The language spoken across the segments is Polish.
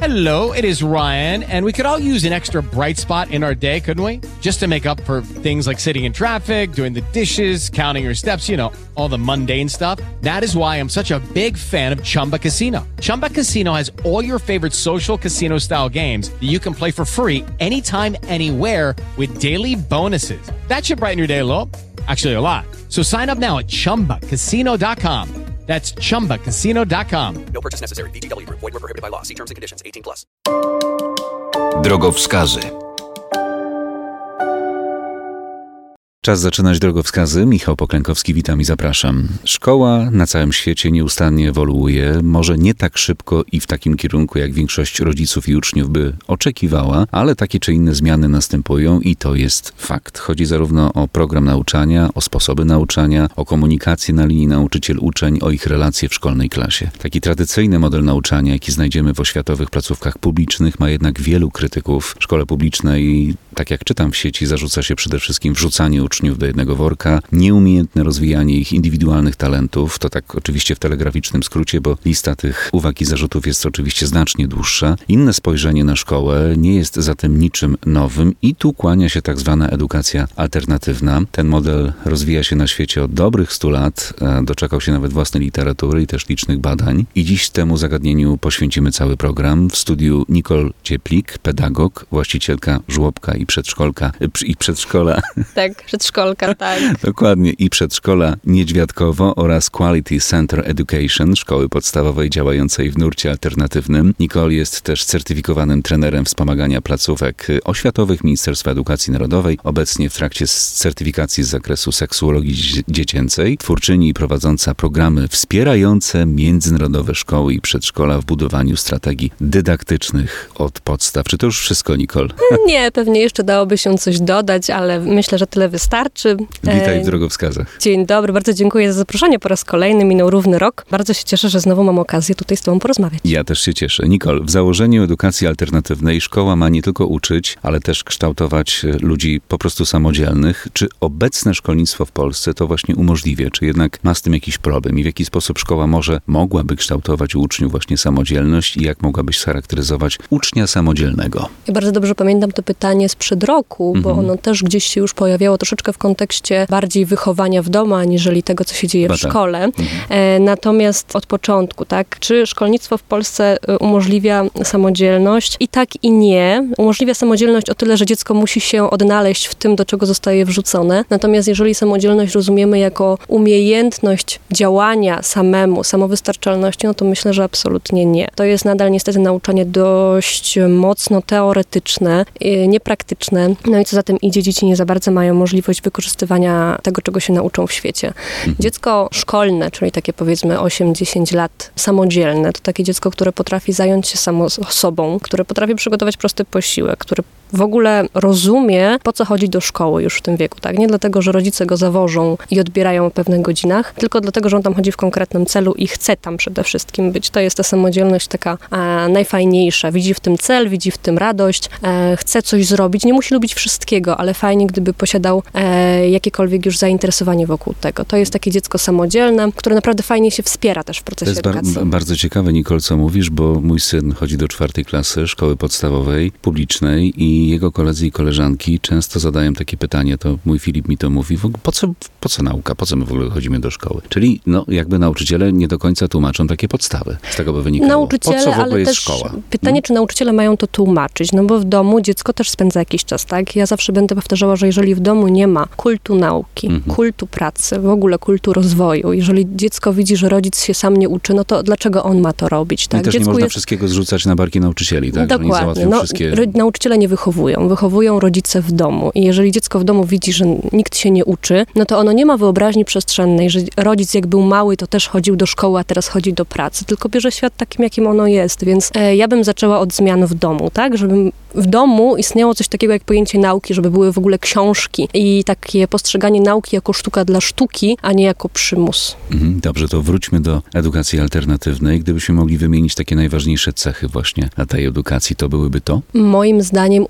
Hello, it is Ryan, and we could all use an extra bright spot in our day, couldn't we? Just to make up for things like sitting in traffic, doing the dishes, counting your steps, you know, all the mundane stuff. That is why I'm such a big fan of Chumba Casino. Chumba Casino has all your favorite social casino-style games that you can play for free anytime, anywhere with daily bonuses. That should brighten your day a little. Actually, a lot. So sign up now at ChumbaCasino.com. That's ChumbaCasino.com. No purchase necessary. VGW Group. Void where prohibited by law. See terms and conditions. 18+. Drogowskazy. Czas zaczynać drogowskazy. Michał Poklękowski, witam i zapraszam. Szkoła na całym świecie nieustannie ewoluuje, może nie tak szybko i w takim kierunku, jak większość rodziców i uczniów by oczekiwała, ale takie czy inne zmiany następują i to jest fakt. Chodzi zarówno o program nauczania, o sposoby nauczania, o komunikację na linii nauczyciel-uczeń, o ich relacje w szkolnej klasie. Taki tradycyjny model nauczania, jaki znajdziemy w oświatowych placówkach publicznych, ma jednak wielu krytyków. W szkole publicznej, tak jak czytam w sieci, zarzuca się przede wszystkim wrzucanie uczniów do jednego worka, nieumiejętne rozwijanie ich indywidualnych talentów, to tak oczywiście w telegraficznym skrócie, bo lista tych uwag i zarzutów jest oczywiście znacznie dłuższa. Inne spojrzenie na szkołę nie jest zatem niczym nowym i tu kłania się tak zwana edukacja alternatywna. Ten model rozwija się na świecie od dobrych 100 lat, doczekał się nawet własnej literatury i też licznych badań. I dziś temu zagadnieniu poświęcimy cały program. W studiu Nicole Cieplik, pedagog, właścicielka żłobka i przedszkola. Tak, przedszkolka, tak. Dokładnie. I przedszkola Niedźwiadkowo oraz Quality Center Education, szkoły podstawowej działającej w nurcie alternatywnym. Nicole jest też certyfikowanym trenerem wspomagania placówek oświatowych Ministerstwa Edukacji Narodowej, obecnie w trakcie certyfikacji z zakresu seksuologii dziecięcej, twórczyni i prowadząca programy wspierające międzynarodowe szkoły i przedszkola w budowaniu strategii dydaktycznych od podstaw. Czy to już wszystko, Nicole? Nie, pewnie jeszcze dałoby się coś dodać, ale myślę, że tyle wystarczy. Witaj w drogowskazach. Dzień dobry, bardzo dziękuję za zaproszenie po raz kolejny. Minął równy rok. Bardzo się cieszę, że znowu mam okazję tutaj z tobą porozmawiać. Ja też się cieszę. Nicole, w założeniu edukacji alternatywnej szkoła ma nie tylko uczyć, ale też kształtować ludzi po prostu samodzielnych. Czy obecne szkolnictwo w Polsce to właśnie umożliwia? Czy jednak ma z tym jakiś problem? I w jaki sposób szkoła mogłaby kształtować u uczniów właśnie samodzielność i jak mogłabyś scharakteryzować ucznia samodzielnego? Ja bardzo dobrze pamiętam to pytanie sprzed roku, bo ono też gdzieś się już pojawiało troszeczkę w kontekście bardziej wychowania w domu, aniżeli tego, co się dzieje w szkole. Natomiast od początku, tak, czy szkolnictwo w Polsce umożliwia samodzielność? I tak, i nie. Umożliwia samodzielność o tyle, że dziecko musi się odnaleźć w tym, do czego zostaje wrzucone. Natomiast jeżeli samodzielność rozumiemy jako umiejętność działania samemu, samowystarczalności, no to myślę, że absolutnie nie. To jest nadal niestety nauczanie dość mocno teoretyczne, niepraktyczne. No i co za tym idzie, dzieci nie za bardzo mają możliwość wykorzystywania tego, czego się nauczą w świecie. Dziecko szkolne, czyli takie powiedzmy 8-10 lat samodzielne, to takie dziecko, które potrafi zająć się samo sobą, które potrafi przygotować prosty posiłek, które w ogóle rozumie, po co chodzi do szkoły już w tym wieku, tak? Nie dlatego, że rodzice go zawożą i odbierają o pewnych godzinach, tylko dlatego, że on tam chodzi w konkretnym celu i chce tam przede wszystkim być. To jest ta samodzielność taka najfajniejsza. Widzi w tym cel, widzi w tym radość, chce coś zrobić. Nie musi lubić wszystkiego, ale fajnie, gdyby posiadał jakiekolwiek już zainteresowanie wokół tego. To jest takie dziecko samodzielne, które naprawdę fajnie się wspiera też w procesie edukacji. To jest bardzo ciekawe, Nicole, co mówisz, bo mój syn chodzi do 4. klasy szkoły podstawowej, publicznej i jego koledzy i koleżanki często zadają takie pytanie, to mój Filip mi to mówi, po co nauka, po co my w ogóle chodzimy do szkoły? Czyli jakby nauczyciele nie do końca tłumaczą takie podstawy. Z tego by wynikało. Nauczyciele, po co w ogóle ale jest też szkoła? Pytanie, czy nauczyciele mają to tłumaczyć, no bo w domu dziecko też spędza jakiś czas, tak? Ja zawsze będę powtarzała, że jeżeli w domu nie ma kultu nauki, kultu pracy, w ogóle kultu rozwoju, jeżeli dziecko widzi, że rodzic się sam nie uczy, no to dlaczego on ma to robić, tak? I też nie można wszystkiego zrzucać na barki nauczycieli, tak? Dokładnie. Nauczyciele nie wychowują rodzice w domu. I jeżeli dziecko w domu widzi, że nikt się nie uczy, no to ono nie ma wyobraźni przestrzennej, że rodzic jak był mały, to też chodził do szkoły, a teraz chodzi do pracy, tylko bierze świat takim, jakim ono jest. Więc ja bym zaczęła od zmian w domu, tak? Żeby w domu istniało coś takiego jak pojęcie nauki, żeby były w ogóle książki i takie postrzeganie nauki jako sztuka dla sztuki, a nie jako przymus. Dobrze, to wróćmy do edukacji alternatywnej. Gdybyśmy mogli wymienić takie najważniejsze cechy właśnie tej edukacji, to byłyby to? Moim zdaniem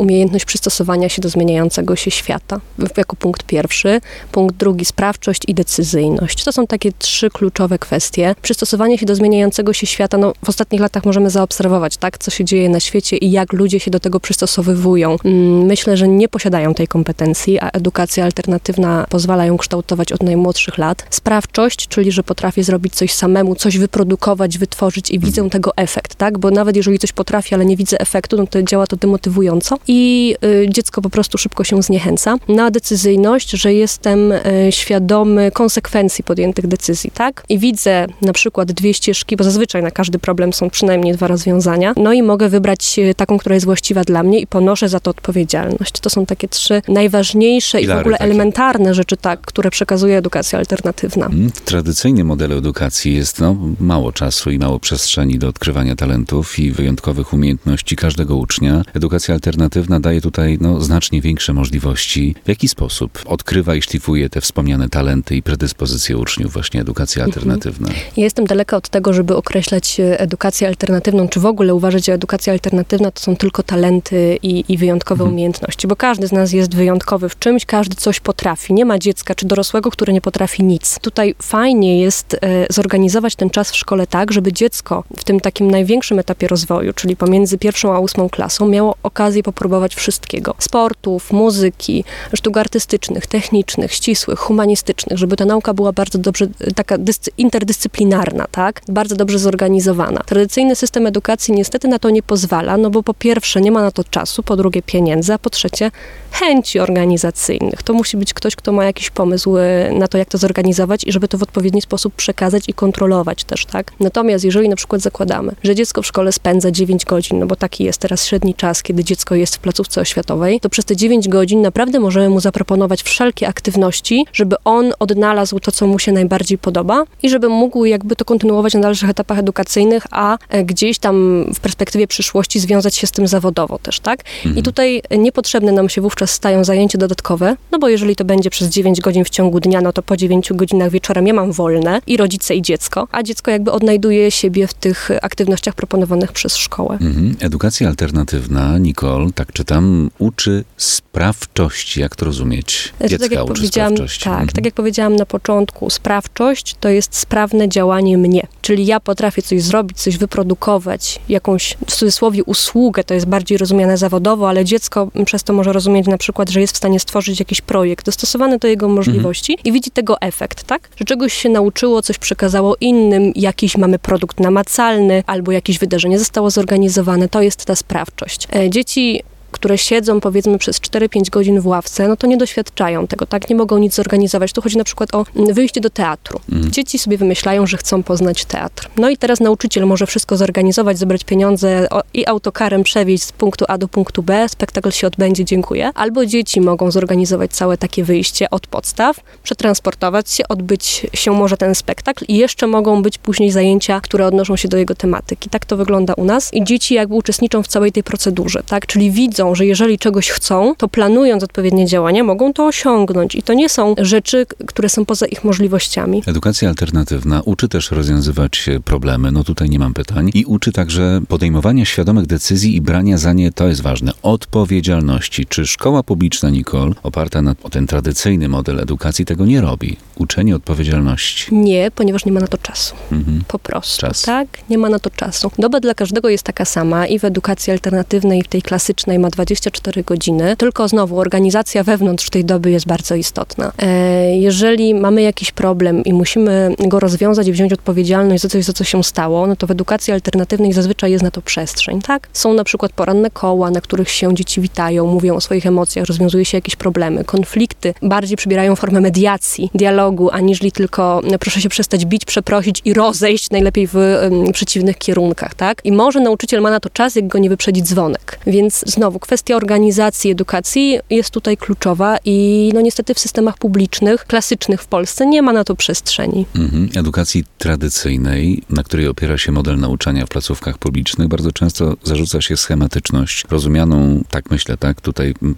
umiejętność przystosowania się do zmieniającego się świata, jako punkt pierwszy. Punkt drugi, sprawczość i decyzyjność. To są takie 3 kluczowe kwestie. Przystosowanie się do zmieniającego się świata, w ostatnich latach możemy zaobserwować, tak, co się dzieje na świecie i jak ludzie się do tego przystosowywują. Myślę, że nie posiadają tej kompetencji, a edukacja alternatywna pozwala ją kształtować od najmłodszych lat. Sprawczość, czyli że potrafię zrobić coś samemu, coś wyprodukować, wytworzyć i widzę tego efekt, tak, bo nawet jeżeli coś potrafię, ale nie widzę efektu, no to działa to demotywująco i dziecko po prostu szybko się zniechęca. Na decyzyjność, że jestem świadomy konsekwencji podjętych decyzji, tak, i widzę na przykład 2 ścieżki, bo zazwyczaj na każdy problem są przynajmniej 2 rozwiązania, no i mogę wybrać taką, która jest właściwa dla mnie i ponoszę za to odpowiedzialność. To są takie 3 najważniejsze i w ogóle elementarne rzeczy, tak, które przekazuje edukacja alternatywna. W tradycyjnym modelu edukacji jest mało czasu i mało przestrzeni do odkrywania talentów i wyjątkowych umiejętności każdego ucznia. Edukacja alternatywna daje tutaj znacznie większe możliwości. W jaki sposób odkrywa i szlifuje te wspomniane talenty i predyspozycje uczniów właśnie edukacja alternatywna? Ja jestem daleka od tego, żeby określać edukację alternatywną, czy w ogóle uważać, że edukacja alternatywna to są tylko talenty i wyjątkowe umiejętności, bo każdy z nas jest wyjątkowy w czymś, każdy coś potrafi. Nie ma dziecka czy dorosłego, które nie potrafi nic. Tutaj fajnie jest zorganizować ten czas w szkole tak, żeby dziecko w tym takim największym etapie rozwoju, czyli pomiędzy 1. a 8. klasą, miało okazję popróbować wszystkiego. Sportów, muzyki, sztuk artystycznych, technicznych, ścisłych, humanistycznych, żeby ta nauka była bardzo dobrze, taka interdyscyplinarna, tak? Bardzo dobrze zorganizowana. Tradycyjny system edukacji niestety na to nie pozwala, bo po pierwsze nie ma na to czasu, po drugie pieniędzy, a po trzecie chęci organizacyjnych. To musi być ktoś, kto ma jakiś pomysł na to, jak to zorganizować i żeby to w odpowiedni sposób przekazać i kontrolować też, tak? Natomiast jeżeli na przykład zakładamy, że dziecko w szkole spędza 9 godzin, bo taki jest teraz średni czas, kiedy dziecko jest w placówce oświatowej, to przez te 9 godzin naprawdę możemy mu zaproponować wszelkie aktywności, żeby on odnalazł to, co mu się najbardziej podoba i żeby mógł jakby to kontynuować na dalszych etapach edukacyjnych, a gdzieś tam w perspektywie przyszłości związać się z tym zawodowo też, tak? I tutaj niepotrzebne nam się wówczas stają zajęcia dodatkowe, bo jeżeli to będzie przez 9 godzin w ciągu dnia, no to po 9 godzinach wieczorem ja mam wolne i rodzice i dziecko, a dziecko jakby odnajduje siebie w tych aktywnościach proponowanych przez szkołę. Edukacja alternatywna, Nicole, tak czytam, uczy sprawczości. Jak to rozumieć? Dziecka uczy sprawczości. Tak, tak jak powiedziałam na początku, sprawczość to jest sprawne działanie mnie. Czyli ja potrafię coś zrobić, coś wyprodukować, jakąś w cudzysłowie usługę, to jest bardziej rozumiane zawodowo, ale dziecko przez to może rozumieć na przykład, że jest w stanie stworzyć jakiś projekt dostosowany do jego możliwości i widzi tego efekt, tak? Że czegoś się nauczyło, coś przekazało innym, jakiś mamy produkt namacalny, albo jakieś wydarzenie zostało zorganizowane, to jest ta sprawczość. Dzieci, które siedzą powiedzmy przez 4-5 godzin w ławce, no to nie doświadczają tego, tak? Nie mogą nic zorganizować. Tu chodzi na przykład o wyjście do teatru. Dzieci sobie wymyślają, że chcą poznać teatr. No i teraz nauczyciel może wszystko zorganizować, zebrać pieniądze i autokarem przewieźć z punktu A do punktu B, spektakl się odbędzie, dziękuję. Albo dzieci mogą zorganizować całe takie wyjście od podstaw, przetransportować się, odbyć się może ten spektakl i jeszcze mogą być później zajęcia, które odnoszą się do jego tematyki. Tak to wygląda u nas i dzieci jakby uczestniczą w całej tej procedurze, tak? Czyli widzą, że jeżeli czegoś chcą, to planując odpowiednie działania, mogą to osiągnąć. I to nie są rzeczy, które są poza ich możliwościami. Edukacja alternatywna uczy też rozwiązywać problemy, no tutaj nie mam pytań, i uczy także podejmowania świadomych decyzji i brania za nie, to jest ważne, odpowiedzialności. Czy szkoła publiczna, Nicole, oparta na ten tradycyjny model edukacji, tego nie robi? Uczenie odpowiedzialności. Nie, ponieważ nie ma na to czasu. Po prostu. Czas. Tak? Nie ma na to czasu. Doba dla każdego jest taka sama i w edukacji alternatywnej, i w tej klasycznej ma 24 godziny, tylko znowu organizacja wewnątrz tej doby jest bardzo istotna. Jeżeli mamy jakiś problem i musimy go rozwiązać i wziąć odpowiedzialność za coś, za co się stało, no to w edukacji alternatywnej zazwyczaj jest na to przestrzeń, tak? Są na przykład poranne koła, na których się dzieci witają, mówią o swoich emocjach, rozwiązuje się jakieś problemy. Konflikty bardziej przybierają formę mediacji, dialogu, aniżeli tylko proszę się przestać bić, przeprosić i rozejść, najlepiej w przeciwnych kierunkach, tak? I może nauczyciel ma na to czas, jak go nie wyprzedzi dzwonek. Więc znowu kwestia organizacji edukacji jest tutaj kluczowa i no niestety w systemach publicznych, klasycznych w Polsce nie ma na to przestrzeni. Edukacji tradycyjnej, na której opiera się model nauczania w placówkach publicznych, bardzo często zarzuca się schematyczność, rozumianą, tak myślę, tak, tutaj w tym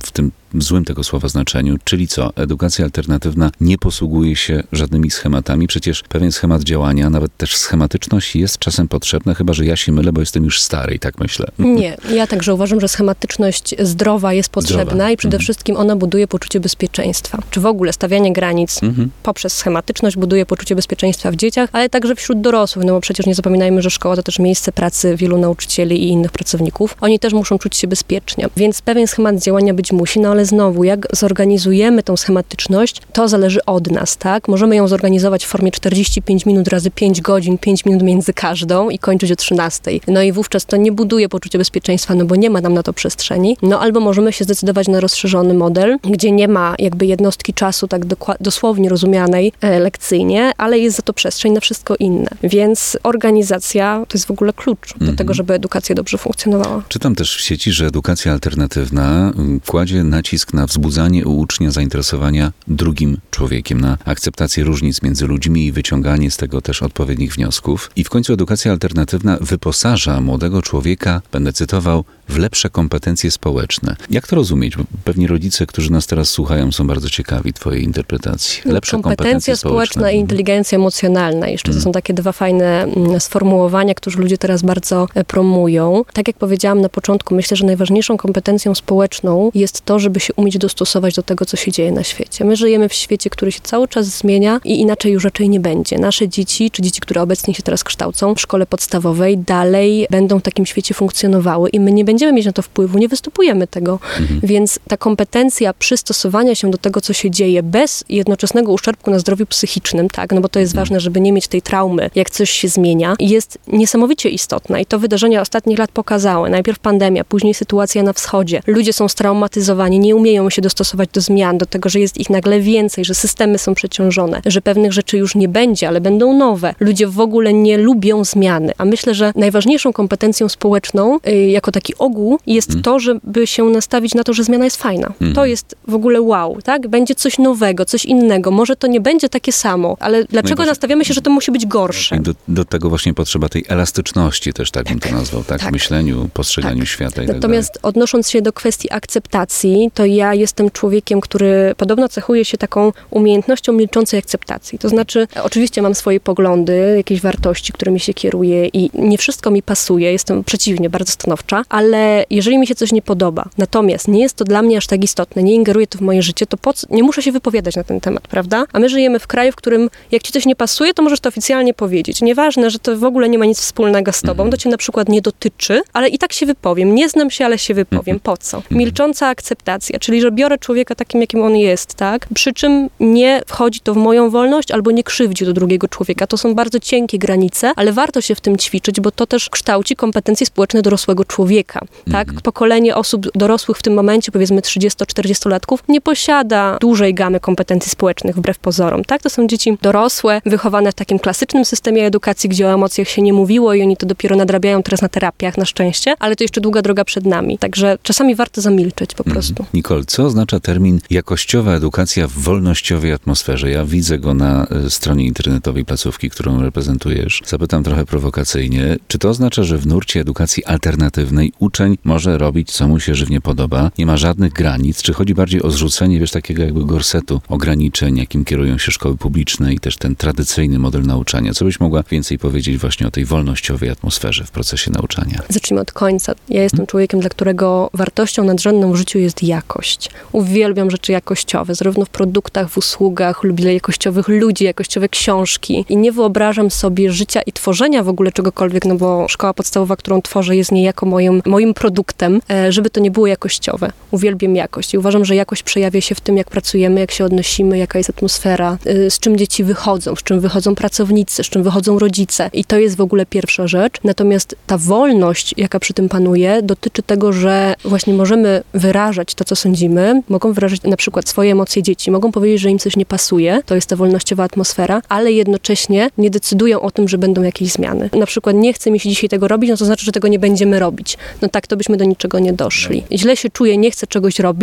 w złym tego słowa znaczeniu. Czyli co? Edukacja alternatywna nie posługuje się żadnymi schematami. Przecież pewien schemat działania, nawet też schematyczność jest czasem potrzebna, chyba że ja się mylę, bo jestem już stary i tak myślę. Nie, ja także uważam, że schematyczność zdrowa jest potrzebna i przede wszystkim ona buduje poczucie bezpieczeństwa. Czy w ogóle stawianie granic poprzez schematyczność buduje poczucie bezpieczeństwa w dzieciach, ale także wśród dorosłych, no bo przecież nie zapominajmy, że szkoła to też miejsce pracy wielu nauczycieli i innych pracowników. Oni też muszą czuć się bezpiecznie, więc pewien schemat działania być musi, no ale znowu, jak zorganizujemy tą schematyczność, to zależy od nas, tak? Możemy ją zorganizować w formie 45 minut razy 5 godzin, 5 minut między każdą i kończyć o 13. No i wówczas to nie buduje poczucia bezpieczeństwa, no bo nie ma nam na to przestrzeni. No albo możemy się zdecydować na rozszerzony model, gdzie nie ma jakby jednostki czasu tak dosłownie rozumianej lekcyjnie, ale jest za to przestrzeń na wszystko inne. Więc organizacja to jest w ogóle klucz do tego, żeby edukacja dobrze funkcjonowała. Czytam też w sieci, że edukacja alternatywna kładzie nacisk na wzbudzanie u ucznia zainteresowania drugim człowiekiem, na akceptację różnic między ludźmi i wyciąganie z tego też odpowiednich wniosków. I w końcu edukacja alternatywna wyposaża młodego człowieka, będę cytował, w lepsze kompetencje społeczne. Jak to rozumieć? Bo pewnie rodzice, którzy nas teraz słuchają, są bardzo ciekawi twojej interpretacji. Lepsze kompetencja społeczna i inteligencja emocjonalna. Jeszcze to są takie dwa fajne sformułowania, które ludzie teraz bardzo promują. Tak jak powiedziałam na początku, myślę, że najważniejszą kompetencją społeczną jest to, żeby się umieć dostosować do tego, co się dzieje na świecie. My żyjemy w świecie, który się cały czas zmienia i inaczej już raczej nie będzie. Nasze dzieci, czy dzieci, które obecnie się teraz kształcą w szkole podstawowej, dalej będą w takim świecie funkcjonowały i my nie będziemy mieć na to wpływu, nie występujemy tego. Więc ta kompetencja przystosowania się do tego, co się dzieje, bez jednoczesnego uszczerbku na zdrowiu psychicznym, tak, no bo to jest ważne, żeby nie mieć tej traumy, jak coś się zmienia, jest niesamowicie istotna i to wydarzenia ostatnich lat pokazały. Najpierw pandemia, później sytuacja na wschodzie. Ludzie są straumatyzowani, nie umieją się dostosować do zmian, do tego, że jest ich nagle więcej, że systemy są przeciążone, że pewnych rzeczy już nie będzie, ale będą nowe. Ludzie w ogóle nie lubią zmiany, a myślę, że najważniejszą kompetencją społeczną, jako taki ogół, jest to, żeby się nastawić na to, że zmiana jest fajna. To jest w ogóle wow, tak? Będzie coś nowego, coś innego. Może to nie będzie takie samo, ale dlaczego nastawiamy się, że to musi być gorsze? Do tego właśnie potrzeba tej elastyczności też, tak bym to nazwał, tak? W myśleniu, postrzeganiu świata i Natomiast tak dalej. odnosząc się do kwestii akceptacji, to ja jestem człowiekiem, który podobno cechuje się taką umiejętnością milczącej akceptacji. To znaczy, oczywiście mam swoje poglądy, jakieś wartości, którymi się kieruję i nie wszystko mi pasuje, jestem przeciwnie, bardzo stanowcza, ale jeżeli mi się coś nie podoba, natomiast nie jest to dla mnie aż tak istotne, nie ingeruje to w moje życie, to nie muszę się wypowiadać na ten temat, prawda? A my żyjemy w kraju, w którym jak ci coś nie pasuje, to możesz to oficjalnie powiedzieć. Nieważne, że to w ogóle nie ma nic wspólnego z tobą, to cię na przykład nie dotyczy, ale i tak się wypowiem. Nie znam się, ale się wypowiem. Po co? Milcząca akceptacja, czyli że biorę człowieka takim, jakim on jest, tak? Przy czym nie wchodzi to w moją wolność albo nie krzywdzi do drugiego człowieka. To są bardzo cienkie granice, ale warto się w tym ćwiczyć, bo to też kształci kompetencje społeczne dorosłego człowieka, tak? Pokolenie osób dorosłych w tym momencie, powiedzmy 30-40-latków, nie posiada dużej gamy kompetencji społecznych, wbrew pozorom, tak? To są dzieci dorosłe, wychowane w takim klasycznym systemie edukacji, gdzie o emocjach się nie mówiło i oni to dopiero nadrabiają teraz na terapiach, na szczęście, ale to jeszcze długa droga przed nami. Także czasami warto zamilczeć po prostu. Nicole, co oznacza termin jakościowa edukacja w wolnościowej atmosferze? Ja widzę go na stronie internetowej placówki, którą reprezentujesz. Zapytam trochę prowokacyjnie. Czy to oznacza, że w nurcie edukacji alternatywnej uczeń może robić, co mu się żywnie podoba? Nie ma żadnych granic? Czy chodzi bardziej o zrzucenie, takiego jakby gorsetu ograniczeń, jakim kierują się szkoły publiczne i też ten tradycyjny model nauczania? Co byś mogła więcej powiedzieć właśnie o tej wolnościowej atmosferze w procesie nauczania? Zacznijmy od końca. Ja jestem człowiekiem, dla którego wartością nadrzędną w życiu jest jakość. Uwielbiam rzeczy jakościowe, zarówno w produktach, w usługach, lubię jakościowych ludzi, jakościowe książki i nie wyobrażam sobie życia i tworzenia w ogóle czegokolwiek, no bo szkoła podstawowa, którą tworzę, jest niejako moim produktem, żeby to nie było jakościowe. Uwielbiam jakość i uważam, że jakość przejawia się w tym, jak pracujemy, jak się odnosimy, jaka jest atmosfera, z czym dzieci wychodzą, z czym wychodzą pracownicy, z czym wychodzą rodzice. I to jest w ogóle pierwsza rzecz. Natomiast ta wolność, jaka przy tym panuje, dotyczy tego, że właśnie możemy wyrażać to, co sądzimy, mogą wyrażać na przykład swoje emocje dzieci, mogą powiedzieć, że im coś nie pasuje, to jest ta wolnościowa atmosfera, ale jednocześnie nie decydują o tym, że będą jakieś zmiany. Na przykład nie chce mi się dzisiaj tego robić, no to znaczy, że tego nie będziemy robić. No tak, to byśmy do niczego nie doszli. Źle się czuję, nie chcę czegoś robić,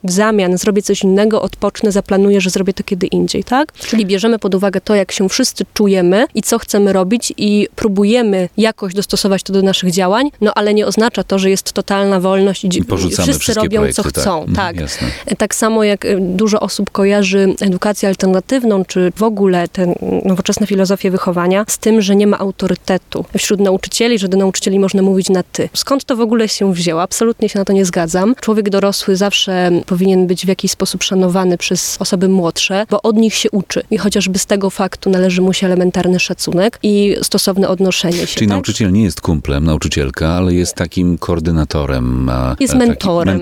w zamian zrobię coś innego, odpocznę, zaplanuję, że zrobię to kiedy indziej, tak? Czyli bierzemy pod uwagę to, jak się wszyscy czujemy i co chcemy robić i próbujemy jakoś dostosować to do naszych działań, no ale nie oznacza to, że jest totalna wolność i wszyscy robią, projekty, co chcą. Tak. Jasne. Tak samo jak dużo osób kojarzy edukację alternatywną, czy w ogóle tę nowoczesną filozofię wychowania z tym, że nie ma autorytetu wśród nauczycieli, że do nauczycieli można mówić na ty. Skąd to w ogóle się wzięło? Absolutnie się na to nie zgadzam. Człowiek dorosły zawsze powinien być w jakiś sposób szanowany przez osoby młodsze, bo od nich się uczy. I chociażby z tego faktu należy mu się elementarny szacunek i stosowne odnoszenie się. Czyli nauczyciel nie jest kumplem, nauczycielka, ale jest takim koordynatorem. Jest mentorem.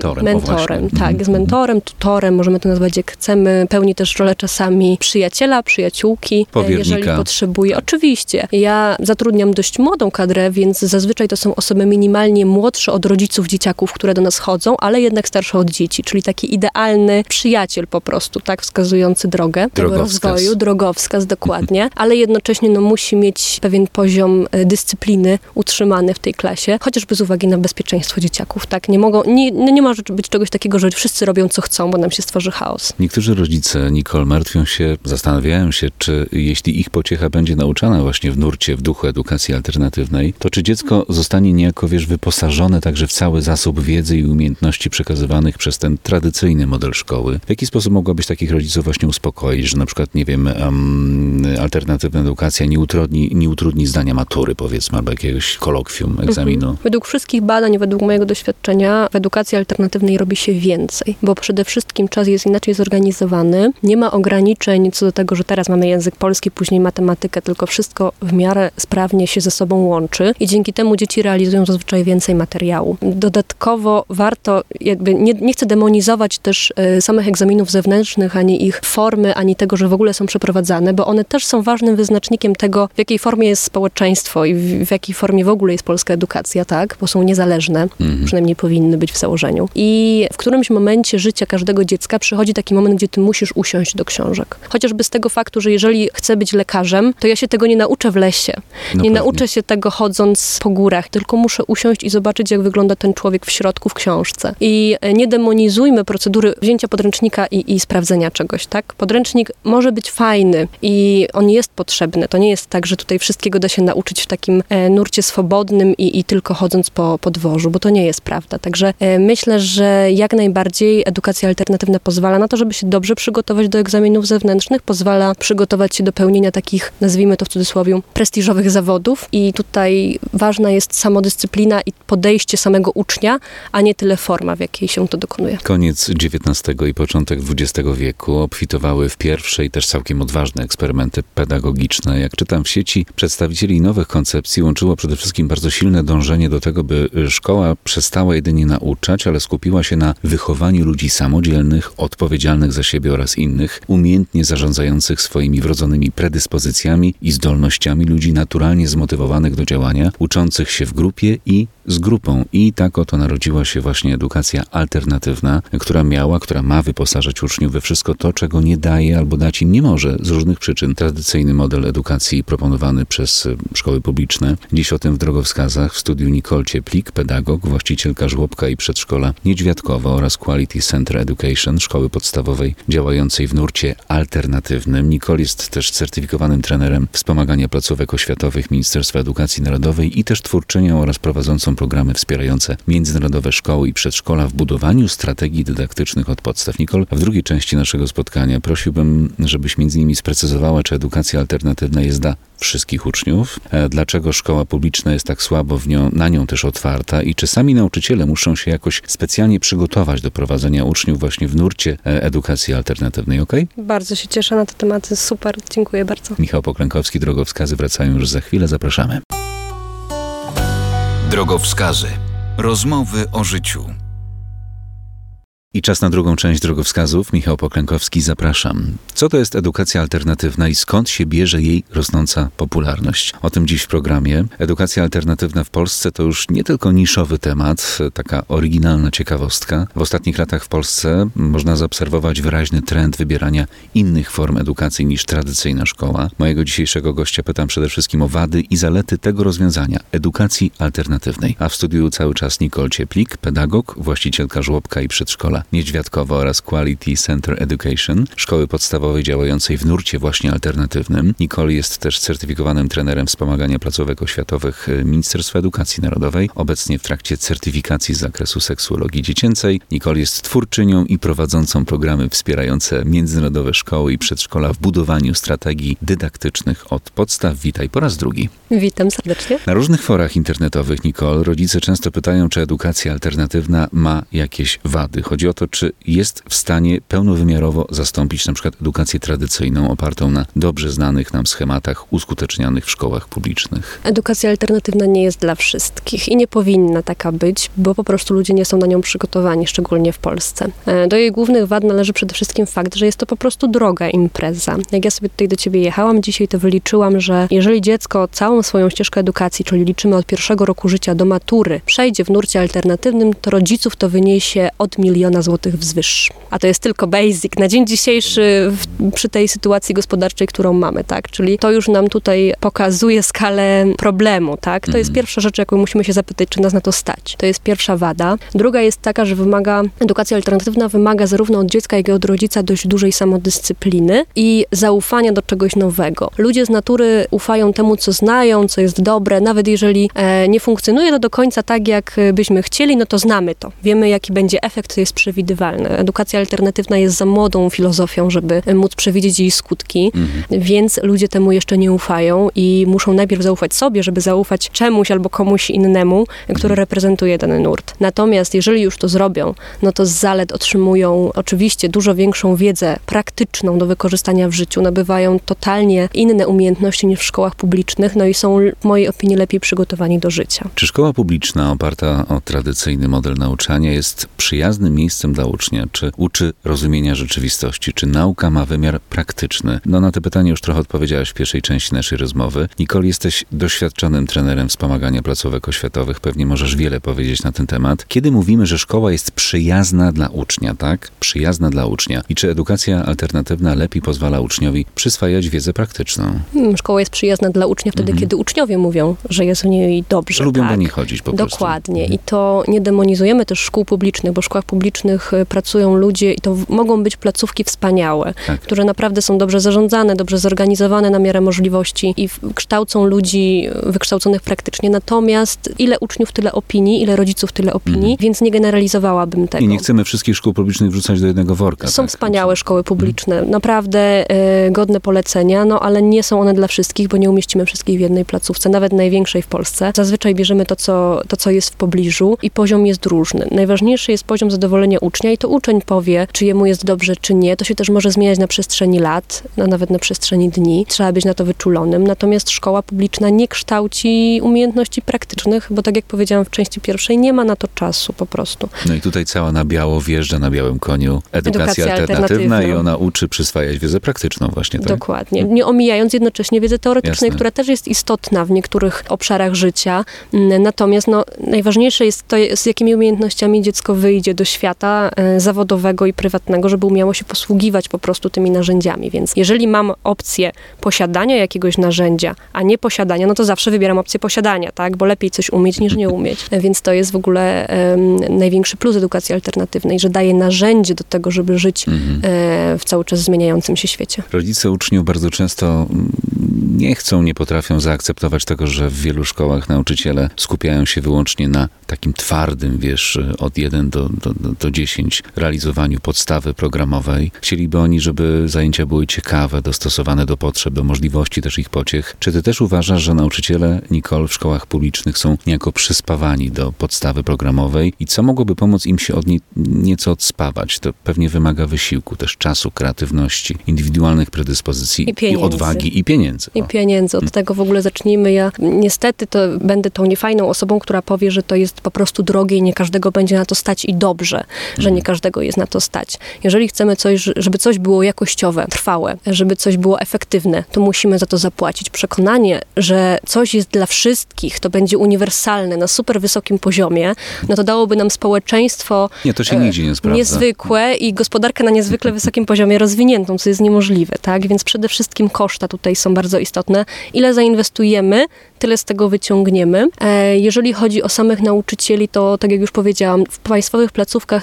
Tak, jest mentorem, tutorem, możemy to nazwać jak chcemy. Pełni też rolę czasami przyjaciela, przyjaciółki, powiernika. Jeżeli potrzebuje. Oczywiście. Ja zatrudniam dość młodą kadrę, więc zazwyczaj to są osoby minimalnie młodsze od rodziców dzieciaków, które do nas chodzą, ale jednak starsze od dzieci, czyli taki idealny przyjaciel po prostu, tak, wskazujący drogę tego rozwoju, drogowskaz dokładnie, ale jednocześnie musi mieć pewien poziom dyscypliny utrzymany w tej klasie, chociażby z uwagi na bezpieczeństwo dzieciaków, tak, nie może być czegoś takiego, że wszyscy robią co chcą, bo nam się stworzy chaos. Niektórzy rodzice, Nicole, martwią się, zastanawiają się, czy jeśli ich pociecha będzie nauczana właśnie w nurcie, w duchu edukacji alternatywnej, to czy dziecko zostanie niejako, wyposażone także w cały zasób wiedzy i umiejętności przekazywanych przez ten tradycyjny model szkoły. W jaki sposób mogłabyś takich rodziców właśnie uspokoić, że na przykład, nie wiem, alternatywna edukacja nie utrudni zdania matury, powiedzmy, albo jakiegoś kolokwium, egzaminu? Według wszystkich badań, według mojego doświadczenia, w edukacji alternatywnej robi się więcej, bo przede wszystkim czas jest inaczej zorganizowany, nie ma ograniczeń co do tego, że teraz mamy język polski, później matematykę, tylko wszystko w miarę sprawnie się ze sobą łączy i dzięki temu dzieci realizują zazwyczaj więcej materiału. Dodatkowo warto, nie chcę demonizować też samych egzaminów zewnętrznych, ani ich formy, ani tego, że w ogóle są przeprowadzane, bo one też są ważnym wyznacznikiem tego, w jakiej formie jest społeczeństwo i w jakiej formie w ogóle jest polska edukacja, tak? Bo są niezależne, przynajmniej powinny być w założeniu. I w którymś momencie życia każdego dziecka przychodzi taki moment, gdzie ty musisz usiąść do książek. Chociażby z tego faktu, że jeżeli chcę być lekarzem, to ja się tego nie nauczę w lesie. Nie nauczę się tego chodząc po górach, tylko muszę usiąść i zobaczyć, jak wygląda ten człowiek w środku, w książce. I nie demonizujmy procedury wzięcia podręcznika i sprawdzenia czegoś, tak? Podręcznik może być fajny i on jest potrzebny. To nie jest tak, że tutaj wszystkiego da się nauczyć w takim nurcie swobodnym i tylko chodząc po dworzu, bo to nie jest prawda. Także myślę, że jak najbardziej edukacja alternatywna pozwala na to, żeby się dobrze przygotować do egzaminów zewnętrznych, pozwala przygotować się do pełnienia takich, nazwijmy to w cudzysłowie, prestiżowych zawodów i tutaj ważna jest samodyscyplina i podejście samego ucznia, a nie tyle forma, w jakiej się to dokonuje. Koniec XIX i początek XX wieku obfitowały w pierwsze i też całkiem odważne eksperymenty pedagogiczne. Jak czytam w sieci, przedstawicieli nowych koncepcji łączyło przede wszystkim bardzo silne dążenie do tego, by szkoła przestała jedynie nauczać, ale skupiła się na wychowaniu ludzi samodzielnych, odpowiedzialnych za siebie oraz innych, umiejętnie zarządzających swoimi wrodzonymi predyspozycjami i zdolnościami ludzi naturalnie zmotywowanych do działania, uczących się w grupie i z grupą. I tak oto narodziła się właśnie edukacja alternatywna, która ma wyposażać uczniów we wszystko to, czego nie daje albo dać im nie może z różnych przyczyn tradycyjny model edukacji proponowany przez szkoły publiczne. Dziś o tym w drogowskazach w studiu Nicole Cieplik, pedagog, właścicielka żłobka i przedszkola Niedźwiadkowo oraz Quality Center Education, szkoły podstawowej działającej w nurcie alternatywnym. Nicole jest też certyfikowanym trenerem wspomagania placówek oświatowych Ministerstwa Edukacji Narodowej i też twórczynią oraz prowadzącą programy wspierające międzynarodowe szkoły i przedszkola w budowaniu strategii dydaktycznych od podstaw. Nicole, w drugiej części naszego spotkania prosiłbym, żebyś między innymi sprecyzowała, czy edukacja alternatywna jest dla wszystkich uczniów, dlaczego szkoła publiczna jest tak słabo na nią też otwarta i czy sami nauczyciele muszą się jakoś specjalnie przygotować do prowadzenia uczniów właśnie w nurcie edukacji alternatywnej, okej? Bardzo się cieszę na te tematy, super, dziękuję bardzo. Michał Poklękowski, drogowskazy wracają już za chwilę, zapraszamy. Drogowskazy. Rozmowy o życiu. I czas na drugą część drogowskazów. Michał Poklękowski, zapraszam. Co to jest edukacja alternatywna i skąd się bierze jej rosnąca popularność? O tym dziś w programie. Edukacja alternatywna w Polsce to już nie tylko niszowy temat, taka oryginalna ciekawostka. W ostatnich latach w Polsce można zaobserwować wyraźny trend wybierania innych form edukacji niż tradycyjna szkoła. Mojego dzisiejszego gościa pytam przede wszystkim o wady i zalety tego rozwiązania, edukacji alternatywnej. A w studiu cały czas Nicole Cieplik, pedagog, właścicielka żłobka i przedszkola Szkoła Niedźwiadkowa oraz Quality Center Education, szkoły podstawowej działającej w nurcie właśnie alternatywnym. Nicole jest też certyfikowanym trenerem wspomagania placówek oświatowych Ministerstwa Edukacji Narodowej, obecnie w trakcie certyfikacji z zakresu seksuologii dziecięcej. Nicole jest twórczynią i prowadzącą programy wspierające międzynarodowe szkoły i przedszkola w budowaniu strategii dydaktycznych od podstaw. Witaj po raz drugi. Witam serdecznie. Na różnych forach internetowych, Nicole, rodzice często pytają, czy edukacja alternatywna ma jakieś wady. Chodzi o to, czy jest w stanie pełnowymiarowo zastąpić na przykład edukację tradycyjną opartą na dobrze znanych nam schematach uskutecznianych w szkołach publicznych. Edukacja alternatywna nie jest dla wszystkich i nie powinna taka być, bo po prostu ludzie nie są na nią przygotowani, szczególnie w Polsce. Do jej głównych wad należy przede wszystkim fakt, że jest to po prostu droga impreza. Jak ja sobie tutaj do ciebie jechałam dzisiaj, to wyliczyłam, że jeżeli dziecko całą swoją ścieżkę edukacji, czyli liczymy od pierwszego roku życia do matury, przejdzie w nurcie alternatywnym, to rodziców to wyniesie od 1 000 000 złotych wzwyż. A to jest tylko basic. Na dzień dzisiejszy przy tej sytuacji gospodarczej, którą mamy, tak? Czyli to już nam tutaj pokazuje skalę problemu, tak? To jest pierwsza rzecz, jaką musimy się zapytać, czy nas na to stać. To jest pierwsza wada. Druga jest taka, że edukacja alternatywna wymaga zarówno od dziecka, jak i od rodzica dość dużej samodyscypliny i zaufania do czegoś nowego. Ludzie z natury ufają temu, co znają, co jest dobre, nawet jeżeli nie funkcjonuje to do końca tak, jak byśmy chcieli, no to znamy to. Wiemy, jaki będzie efekt, to jest przewidywalne. Edukacja alternatywna jest za młodą filozofią, żeby móc przewidzieć jej skutki, więc ludzie temu jeszcze nie ufają i muszą najpierw zaufać sobie, żeby zaufać czemuś albo komuś innemu, który reprezentuje dany nurt. Natomiast jeżeli już to zrobią, no to z zalet otrzymują oczywiście dużo większą wiedzę praktyczną do wykorzystania w życiu, nabywają totalnie inne umiejętności niż w szkołach publicznych, no i są w mojej opinii lepiej przygotowani do życia. Czy szkoła publiczna oparta o tradycyjny model nauczania jest przyjaznym miejscem dla ucznia? Czy uczy rozumienia rzeczywistości? Czy nauka ma wymiar praktyczny? No na te pytanie już trochę odpowiedziałaś w pierwszej części naszej rozmowy. Nicole, jesteś doświadczonym trenerem wspomagania placówek oświatowych. Pewnie możesz wiele powiedzieć na ten temat. Kiedy mówimy, że szkoła jest przyjazna dla ucznia, tak? Przyjazna dla ucznia. I czy edukacja alternatywna lepiej pozwala uczniowi przyswajać wiedzę praktyczną? Szkoła jest przyjazna dla ucznia wtedy, kiedy uczniowie mówią, że jest w niej dobrze. Że lubią do niej chodzić po prostu. Dokładnie. I to nie demonizujemy też szkół publicznych, bo w szkołach publicznych pracują ludzie i to mogą być placówki wspaniałe, które naprawdę są dobrze zarządzane, dobrze zorganizowane na miarę możliwości i kształcą ludzi wykształconych praktycznie. Natomiast ile uczniów, tyle opinii, ile rodziców, tyle opinii, więc nie generalizowałabym tego. I nie chcemy wszystkich szkół publicznych wrzucać do jednego worka. Są wspaniałe szkoły publiczne, naprawdę godne polecenia, no ale nie są one dla wszystkich, bo nie umieścimy wszystkich w jednej placówce, nawet największej w Polsce. Zazwyczaj bierzemy to, co jest w pobliżu i poziom jest różny. Najważniejszy jest poziom zadowolenia ucznia i to uczeń powie, czy jemu jest dobrze, czy nie. To się też może zmieniać na przestrzeni lat, nawet na przestrzeni dni. Trzeba być na to wyczulonym. Natomiast szkoła publiczna nie kształci umiejętności praktycznych, bo tak jak powiedziałam w części pierwszej, nie ma na to czasu po prostu. No i tutaj cała na biało wjeżdża na białym koniu edukacja alternatywna i ona uczy przyswajać wiedzę praktyczną właśnie, tak? Dokładnie. Nie omijając jednocześnie wiedzy teoretycznej, która też jest istotna w niektórych obszarach życia. Natomiast najważniejsze jest to, z jakimi umiejętnościami dziecko wyjdzie do świata zawodowego i prywatnego, żeby umiało się posługiwać po prostu tymi narzędziami. Więc jeżeli mam opcję posiadania jakiegoś narzędzia, a nie posiadania, no to zawsze wybieram opcję posiadania, tak? Bo lepiej coś umieć niż nie umieć. Więc to jest w ogóle największy plus edukacji alternatywnej, że daje narzędzie do tego, żeby żyć w cały czas zmieniającym się świecie. Rodzice uczniów bardzo często nie potrafią zaakceptować tego, że w wielu szkołach nauczyciele skupiają się wyłącznie na takim twardym, od 1 do 10 realizowaniu podstawy programowej. Chcieliby oni, żeby zajęcia były ciekawe, dostosowane do potrzeb, do możliwości też ich pociech. Czy ty też uważasz, że nauczyciele, Nicole, w szkołach publicznych są niejako przyspawani do podstawy programowej i co mogłoby pomóc im się od niej nieco odspawać? To pewnie wymaga wysiłku, też czasu, kreatywności, indywidualnych predyspozycji i odwagi i pieniędzy. I pieniędzy. Od tego w ogóle zacznijmy. Ja niestety to będę tą niefajną osobą, która powie, że to jest po prostu drogie i nie każdego będzie na to stać i dobrze, że nie każdego jest na to stać. Jeżeli chcemy żeby coś było jakościowe, trwałe, żeby coś było efektywne, to musimy za to zapłacić. Przekonanie, że coś jest dla wszystkich, to będzie uniwersalne na super wysokim poziomie, no to dałoby nam społeczeństwo to się nigdzie nie sprawdza. Niezwykłe i gospodarkę na niezwykle wysokim poziomie rozwiniętą, co jest niemożliwe, tak? Więc przede wszystkim koszta tutaj są bardzo istotne. Ile zainwestujemy, tyle z tego wyciągniemy. Jeżeli chodzi o samych nauczycieli, to tak jak już powiedziałam, w państwowych placówkach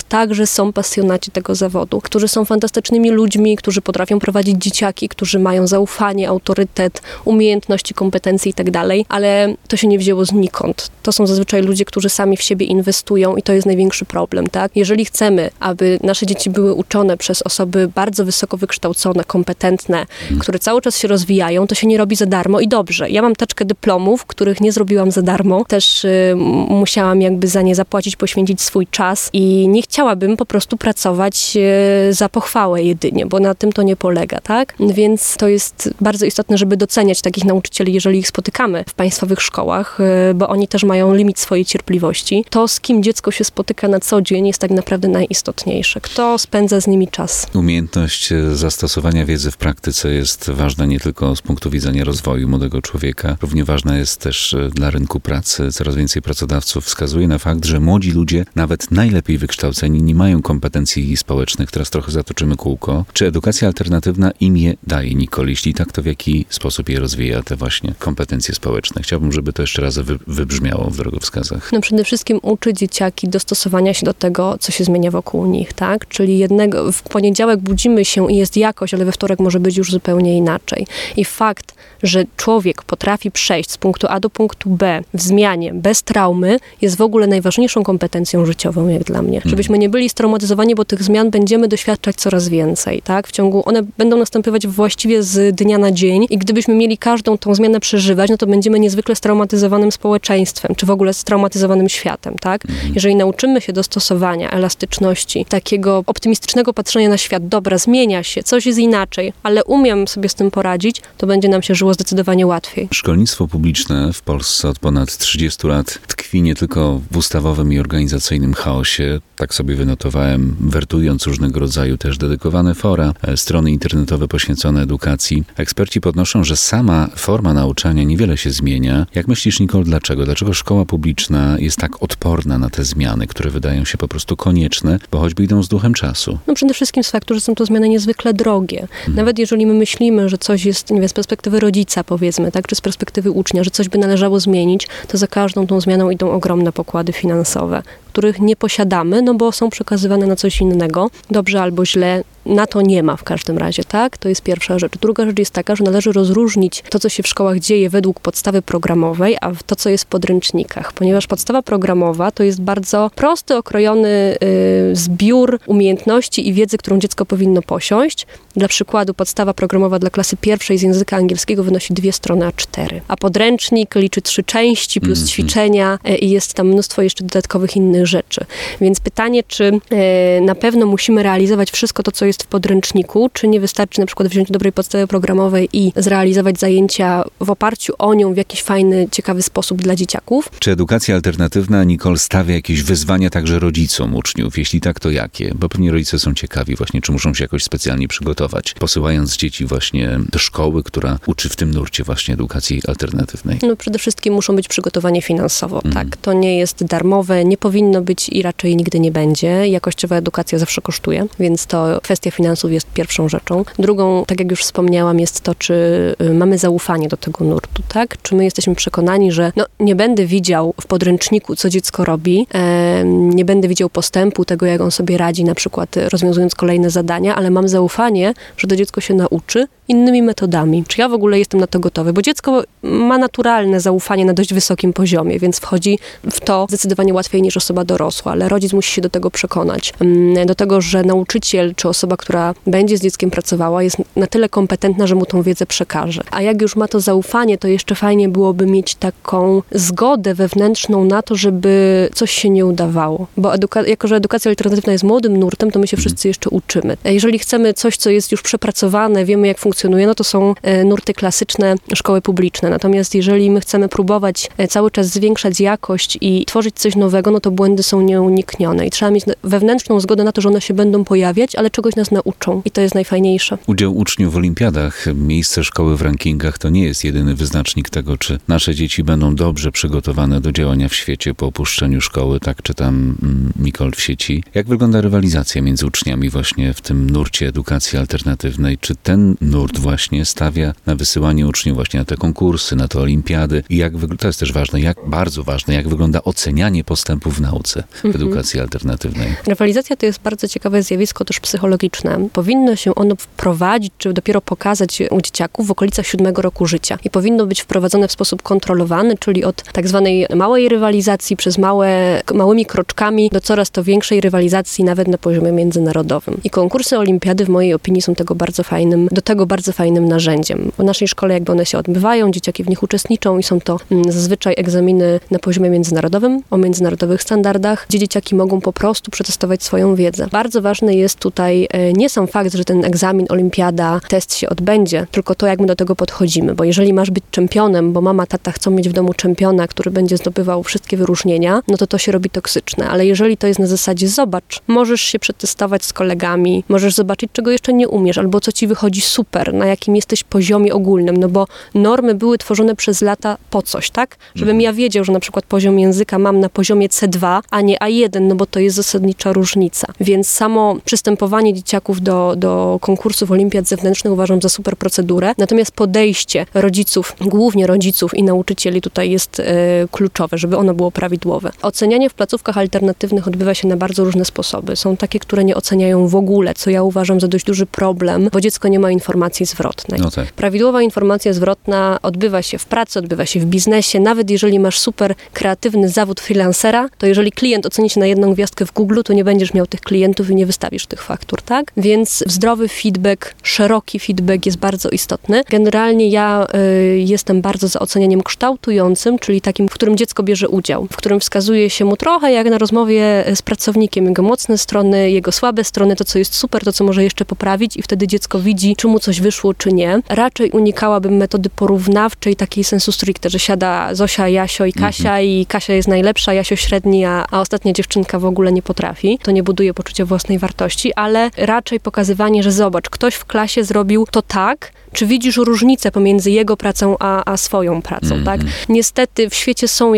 także są pasjonaci tego zawodu, którzy są fantastycznymi ludźmi, którzy potrafią prowadzić dzieciaki, którzy mają zaufanie, autorytet, umiejętności, kompetencje i tak dalej, ale to się nie wzięło znikąd. To są zazwyczaj ludzie, którzy sami w siebie inwestują i to jest największy problem, tak? Jeżeli chcemy, aby nasze dzieci były uczone przez osoby bardzo wysoko wykształcone, kompetentne, które cały czas się rozwijają, to się nie robi za darmo i dobrze. Ja mam teczkę dyplomów, których nie zrobiłam za darmo. Też musiałam jakby za nie zapłacić, poświęcić swój czas i nie chciałabym po prostu pracować za pochwałę jedynie, bo na tym to nie polega, tak? Więc to jest bardzo istotne, żeby doceniać takich nauczycieli, jeżeli ich spotykamy w państwowych szkołach, bo oni też mają limit swojej cierpliwości. To, z kim dziecko się spotyka na co dzień, jest tak naprawdę najistotniejsze. Kto spędza z nimi czas? Umiejętność zastosowania wiedzy w praktyce jest ważna nie tylko z punktu widzenia rozwoju młodego człowieka. Równie ważna jest też dla rynku pracy. Coraz więcej pracodawców wskazuje na fakt, że młodzi ludzie, nawet najlepiej wykształceni, nie mają kompetencji społecznych. Teraz trochę zatoczymy kółko. Czy edukacja alternatywna im je daje, Nicole? Jeśli tak, to w jaki sposób je rozwija, te właśnie kompetencje społeczne? Chciałbym, żeby to jeszcze raz wybrzmiało w drogowskazach. No przede wszystkim uczy dzieciaki dostosowania się do tego, co się zmienia wokół nich, tak? Czyli w poniedziałek budzimy się i jest jakoś, ale we wtorek może być już zupełnie inaczej. I fakt, że człowiek potrafi przejść z punktu A do punktu B w zmianie, bez traumy, jest w ogóle najważniejszą kompetencją życiową, jak dla mnie. Żebyśmy nie byli straumatyzowani, bo tych zmian będziemy doświadczać coraz więcej, tak? One będą następować właściwie z dnia na dzień i gdybyśmy mieli każdą tą zmianę przeżywać, no to będziemy niezwykle straumatyzowanym społeczeństwem, czy w ogóle straumatyzowanym światem, tak? Jeżeli nauczymy się dostosowania, elastyczności, takiego optymistycznego patrzenia na świat, dobra, zmienia się, coś jest inaczej, ale umiem sobie z tym poradzić, to będzie nam się żyło zdecydowanie łatwiej. Szkolnictwo publiczne w Polsce od ponad 30 lat tkwi nie tylko w ustawowym i organizacyjnym chaosie, tak sobie wynotowałem, wertując różnego rodzaju też dedykowane fora, strony internetowe poświęcone edukacji. Eksperci podnoszą, że sama forma nauczania niewiele się zmienia. Jak myślisz, Nicole, dlaczego? Dlaczego szkoła publiczna jest tak odporna na te zmiany, które wydają się po prostu konieczne, bo choćby idą z duchem czasu? No przede wszystkim z faktu, że są to zmiany niezwykle drogie. Nawet jeżeli my myślimy, że coś jest, nie wiem, z perspektywy rodzica, powiedzmy, tak, czy z perspektywy ucznia, że coś by należało zmienić, to za każdą tą zmianą idą ogromne pokłady finansowe, których nie posiadamy, no bo są przekazywane na coś innego, dobrze albo źle. Na to nie ma w każdym razie, tak? To jest pierwsza rzecz. Druga rzecz jest taka, że należy rozróżnić to, co się w szkołach dzieje według podstawy programowej, a to, co jest w podręcznikach. Ponieważ podstawa programowa to jest bardzo prosty, okrojony zbiór umiejętności i wiedzy, którą dziecko powinno posiąść. Dla przykładu podstawa programowa dla klasy pierwszej z języka angielskiego wynosi 2 strony A4. A podręcznik liczy 3 części plus ćwiczenia i jest tam mnóstwo jeszcze dodatkowych innych rzeczy. Więc pytanie, czy na pewno musimy realizować wszystko to, co jest w podręczniku, czy nie wystarczy na przykład wziąć dobrej podstawy programowej i zrealizować zajęcia w oparciu o nią w jakiś fajny, ciekawy sposób dla dzieciaków. Czy edukacja alternatywna, Nicole, stawia jakieś wyzwania także rodzicom uczniów? Jeśli tak, to jakie? Bo pewnie rodzice są ciekawi właśnie, czy muszą się jakoś specjalnie przygotować, posyłając dzieci właśnie do szkoły, która uczy w tym nurcie właśnie edukacji alternatywnej. No przede wszystkim muszą być przygotowani finansowo, tak. To nie jest darmowe, nie powinno być i raczej nigdy nie będzie. Jakościowa edukacja zawsze kosztuje, więc to kwestia finansów jest pierwszą rzeczą. Drugą, tak jak już wspomniałam, jest to, czy mamy zaufanie do tego nurtu, tak? Czy my jesteśmy przekonani, że nie będę widział w podręczniku, co dziecko robi, nie będę widział postępu tego, jak on sobie radzi, na przykład rozwiązując kolejne zadania, ale mam zaufanie, że to dziecko się nauczy innymi metodami. Czy ja w ogóle jestem na to gotowy? Bo dziecko ma naturalne zaufanie na dość wysokim poziomie, więc wchodzi w to zdecydowanie łatwiej niż osoba dorosła, ale rodzic musi się do tego przekonać. Do tego, że nauczyciel czy osoba, która będzie z dzieckiem pracowała, jest na tyle kompetentna, że mu tą wiedzę przekaże. A jak już ma to zaufanie, to jeszcze fajnie byłoby mieć taką zgodę wewnętrzną na to, żeby coś się nie udawało. Bo jako, że edukacja alternatywna jest młodym nurtem, to my się wszyscy jeszcze uczymy. Jeżeli chcemy coś, co jest już przepracowane, wiemy jak funkcjonuje, no to są nurty klasyczne, szkoły publiczne. Natomiast jeżeli my chcemy próbować cały czas zwiększać jakość i tworzyć coś nowego, no to błędy są nieuniknione. I trzeba mieć wewnętrzną zgodę na to, że one się będą pojawiać, ale czegoś nas nauczą. I to jest najfajniejsze. Udział uczniów w olimpiadach, miejsce szkoły w rankingach to nie jest jedyny wyznacznik tego, czy nasze dzieci będą dobrze przygotowane do działania w świecie po opuszczeniu szkoły, tak czytam, Nicole, w sieci. Jak wygląda rywalizacja między uczniami właśnie w tym nurcie edukacji alternatywnej? Czy ten nurt nurt właśnie stawia na wysyłanie uczniów właśnie na te konkursy, na te olimpiady. I to jest też ważne, bardzo ważne, jak wygląda ocenianie postępu w nauce w edukacji alternatywnej. Rywalizacja to jest bardzo ciekawe zjawisko też psychologiczne. Powinno się ono wprowadzić, czy dopiero pokazać u dzieciaków w okolicach 7 roku życia. I powinno być wprowadzone w sposób kontrolowany, czyli od tak zwanej małej rywalizacji przez małymi kroczkami do coraz to większej rywalizacji nawet na poziomie międzynarodowym. I konkursy, olimpiady w mojej opinii są do tego bardzo fajnym narzędziem. W naszej szkole jakby one się odbywają, dzieciaki w nich uczestniczą i są to zazwyczaj egzaminy na poziomie międzynarodowym, o międzynarodowych standardach, gdzie dzieciaki mogą po prostu przetestować swoją wiedzę. Bardzo ważny jest tutaj nie sam fakt, że ten egzamin, olimpiada, test się odbędzie, tylko to, jak my do tego podchodzimy, bo jeżeli masz być czempionem, bo mama, tata chcą mieć w domu czempiona, który będzie zdobywał wszystkie wyróżnienia, no to się robi toksyczne. Ale jeżeli to jest na zasadzie zobacz, możesz się przetestować z kolegami, możesz zobaczyć, czego jeszcze nie umiesz, albo co ci wychodzi super, na jakim jesteś poziomie ogólnym, no bo normy były tworzone przez lata po coś, tak? Żebym ja wiedział, że na przykład poziom języka mam na poziomie C2, a nie A1, no bo to jest zasadnicza różnica. Więc samo przystępowanie dzieciaków do konkursów olimpiad zewnętrznych uważam za super procedurę. Natomiast podejście rodziców, głównie rodziców i nauczycieli tutaj jest kluczowe, żeby ono było prawidłowe. Ocenianie w placówkach alternatywnych odbywa się na bardzo różne sposoby. Są takie, które nie oceniają w ogóle, co ja uważam za dość duży problem, bo dziecko nie ma informacji zwrotnej. No tak. Prawidłowa informacja zwrotna odbywa się w pracy, odbywa się w biznesie. Nawet jeżeli masz super kreatywny zawód freelancera, to jeżeli klient oceni się na 1 gwiazdkę w Google, to nie będziesz miał tych klientów i nie wystawisz tych faktur, tak? Więc zdrowy feedback, szeroki feedback jest bardzo istotny. Generalnie ja jestem bardzo za ocenianiem kształtującym, czyli takim, w którym dziecko bierze udział, w którym wskazuje się mu trochę jak na rozmowie z pracownikiem, jego mocne strony, jego słabe strony, to co jest super, to co może jeszcze poprawić i wtedy dziecko widzi, czy mu coś wyszło, czy nie. Raczej unikałabym metody porównawczej, takiej sensu stricte, że siada Zosia, Jasio i Kasia i Kasia jest najlepsza, Jasio średni, a ostatnia dziewczynka w ogóle nie potrafi. To nie buduje poczucia własnej wartości, ale raczej pokazywanie, że zobacz, ktoś w klasie zrobił to tak, czy widzisz różnicę pomiędzy jego pracą a swoją pracą, tak? Niestety w świecie są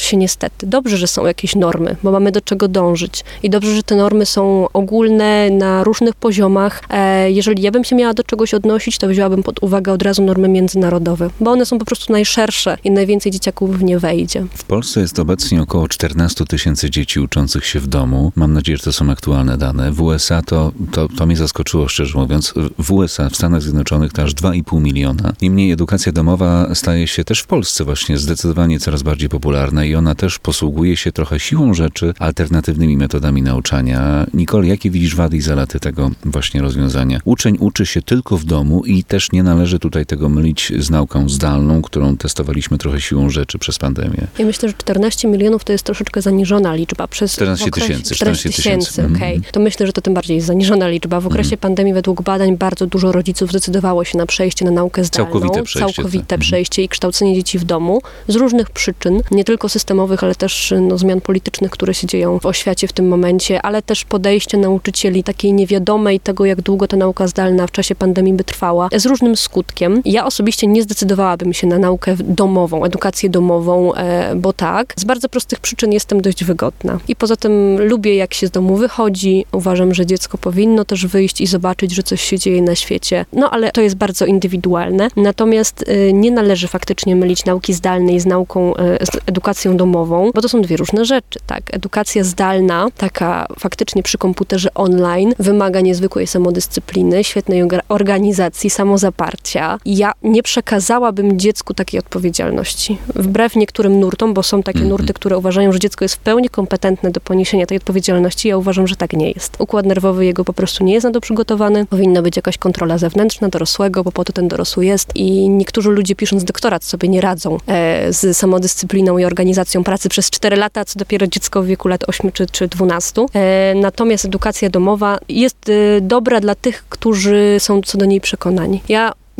dobrze, że są jakieś normy, bo mamy do czego dążyć i dobrze, że te normy są ogólne na różnych poziomach. Jeżeli ja bym się miała do czegoś odnosić, to wzięłabym pod uwagę od razu normy międzynarodowe, bo one są po prostu najszersze i najwięcej dzieciaków w nie wejdzie. W Polsce jest obecnie około 14 000 dzieci uczących się w domu. Mam nadzieję, że to są aktualne dane. W USA to mnie zaskoczyło, szczerze mówiąc. W USA, w Stanach Zjednoczonych to aż 2,5 miliona. Niemniej edukacja domowa staje się też w Polsce właśnie zdecydowanie coraz bardziej popularna i ona też posługuje się trochę siłą rzeczy alternatywnymi metodami nauczania. Nicole, jakie widzisz wady i zalety tego właśnie rozwiązania? Uczeń uczy się tylko w domu i też nie należy tutaj tego mylić z nauką zdalną, którą testowaliśmy trochę siłą rzeczy przez pandemię. Ja myślę, że 14 milionów to jest troszeczkę zaniżona liczba. 14 tysięcy. Okej. To myślę, że to tym bardziej jest zaniżona liczba. W okresie pandemii według badań bardzo dużo rodziców zdecydowało się na przejście na naukę zdalną. Całkowite przejście i kształcenie dzieci w domu z różnych przyczyn, nie tylko systemowych, ale też zmian politycznych, które się dzieją w oświacie w tym momencie, ale też podejście nauczycieli takiej niewiadomej tego, jak długo ta nauka zdalna w czasie pandemii by trwała, z różnym skutkiem. Ja osobiście nie zdecydowałabym się na naukę domową, edukację domową, bo tak, z bardzo prostych przyczyn jestem dość wygodna. I poza tym lubię, jak się z domu wychodzi. Uważam, że dziecko powinno też wyjść i zobaczyć, że coś się dzieje na świecie. No ale to jest bardzo indywidualne. Natomiast nie należy faktycznie mylić nauki zdalnej z nauką, z edukacją domową, bo to są dwie różne rzeczy, tak? Edukacja zdalna, taka faktycznie przy komputerze online, wymaga niezwykłej samodyscypliny, świetnej organizacji, samozaparcia. Ja nie przekazałabym dziecku takiej odpowiedzialności. Wbrew niektórym nurtom, bo są takie nurty, które uważają, że dziecko jest w pełni kompetentne do poniesienia tej odpowiedzialności. Ja uważam, że tak nie jest. Układ nerwowy jego po prostu nie jest na to przygotowany. Powinna być jakaś kontrola zewnętrzna dorosłego, bo po to ten dorosły jest i niektórzy ludzie pisząc doktorat sobie nie radzą z samodyscypliną i organizacją pracy przez 4 lata, co dopiero dziecko w wieku lat 8 czy 12. Natomiast edukacja domowa jest dobra dla tych, którzy są co do niej przekonani. Ja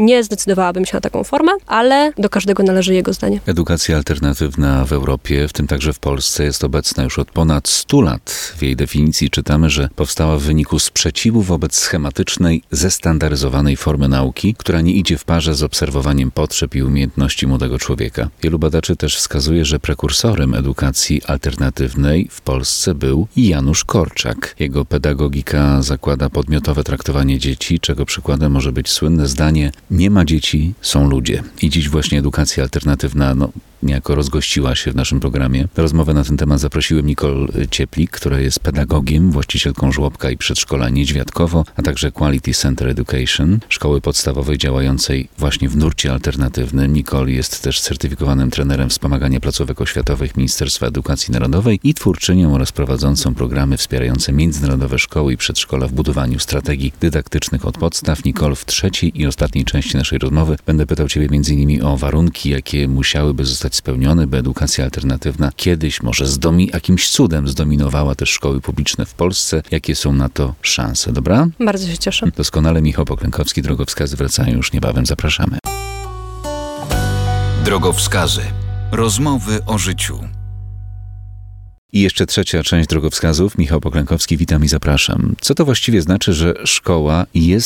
nie zdecydowałabym się na taką formę, ale do każdego należy jego zdanie. Edukacja alternatywna w Europie, w tym także w Polsce, jest obecna już od ponad 100 lat. W jej definicji czytamy, że powstała w wyniku sprzeciwu wobec schematycznej, zestandaryzowanej formy nauki, która nie idzie w parze z obserwowaniem potrzeb i umiejętności młodego człowieka. Wielu badaczy też wskazuje, że prekursorem edukacji alternatywnej w Polsce był Janusz Korczak. Jego pedagogika zakłada podmiotowe traktowanie dzieci, czego przykładem może być słynne zdanie: nie ma dzieci, są ludzie. I dziś właśnie edukacja alternatywna niejako rozgościła się w naszym programie. Do rozmowy na ten temat zaprosiłem Nicole Cieplik, która jest pedagogiem, właścicielką żłobka i przedszkola Niedźwiadkowo, a także Quality Center Education, szkoły podstawowej działającej właśnie w nurcie alternatywnym. Nicole jest też certyfikowanym trenerem wspomagania placówek oświatowych Ministerstwa Edukacji Narodowej i twórczynią oraz prowadzącą programy wspierające międzynarodowe szkoły i przedszkola w budowaniu strategii dydaktycznych od podstaw. Nicole, w trzeciej i ostatniej części naszej rozmowy będę pytał Ciebie m.in. o warunki, jakie musiałyby zostać spełnione, by edukacja alternatywna kiedyś, może jakimś cudem zdominowała też szkoły publiczne w Polsce. Jakie są na to szanse, dobra? Bardzo się cieszę. Doskonale. Michał Poklękowski, Drogowskazy wracają już niebawem. Zapraszamy. Drogowskazy. Rozmowy o życiu. I jeszcze trzecia część Drogowskazów. Michał Poklękowski, witam i zapraszam. Co to właściwie znaczy, że szkoła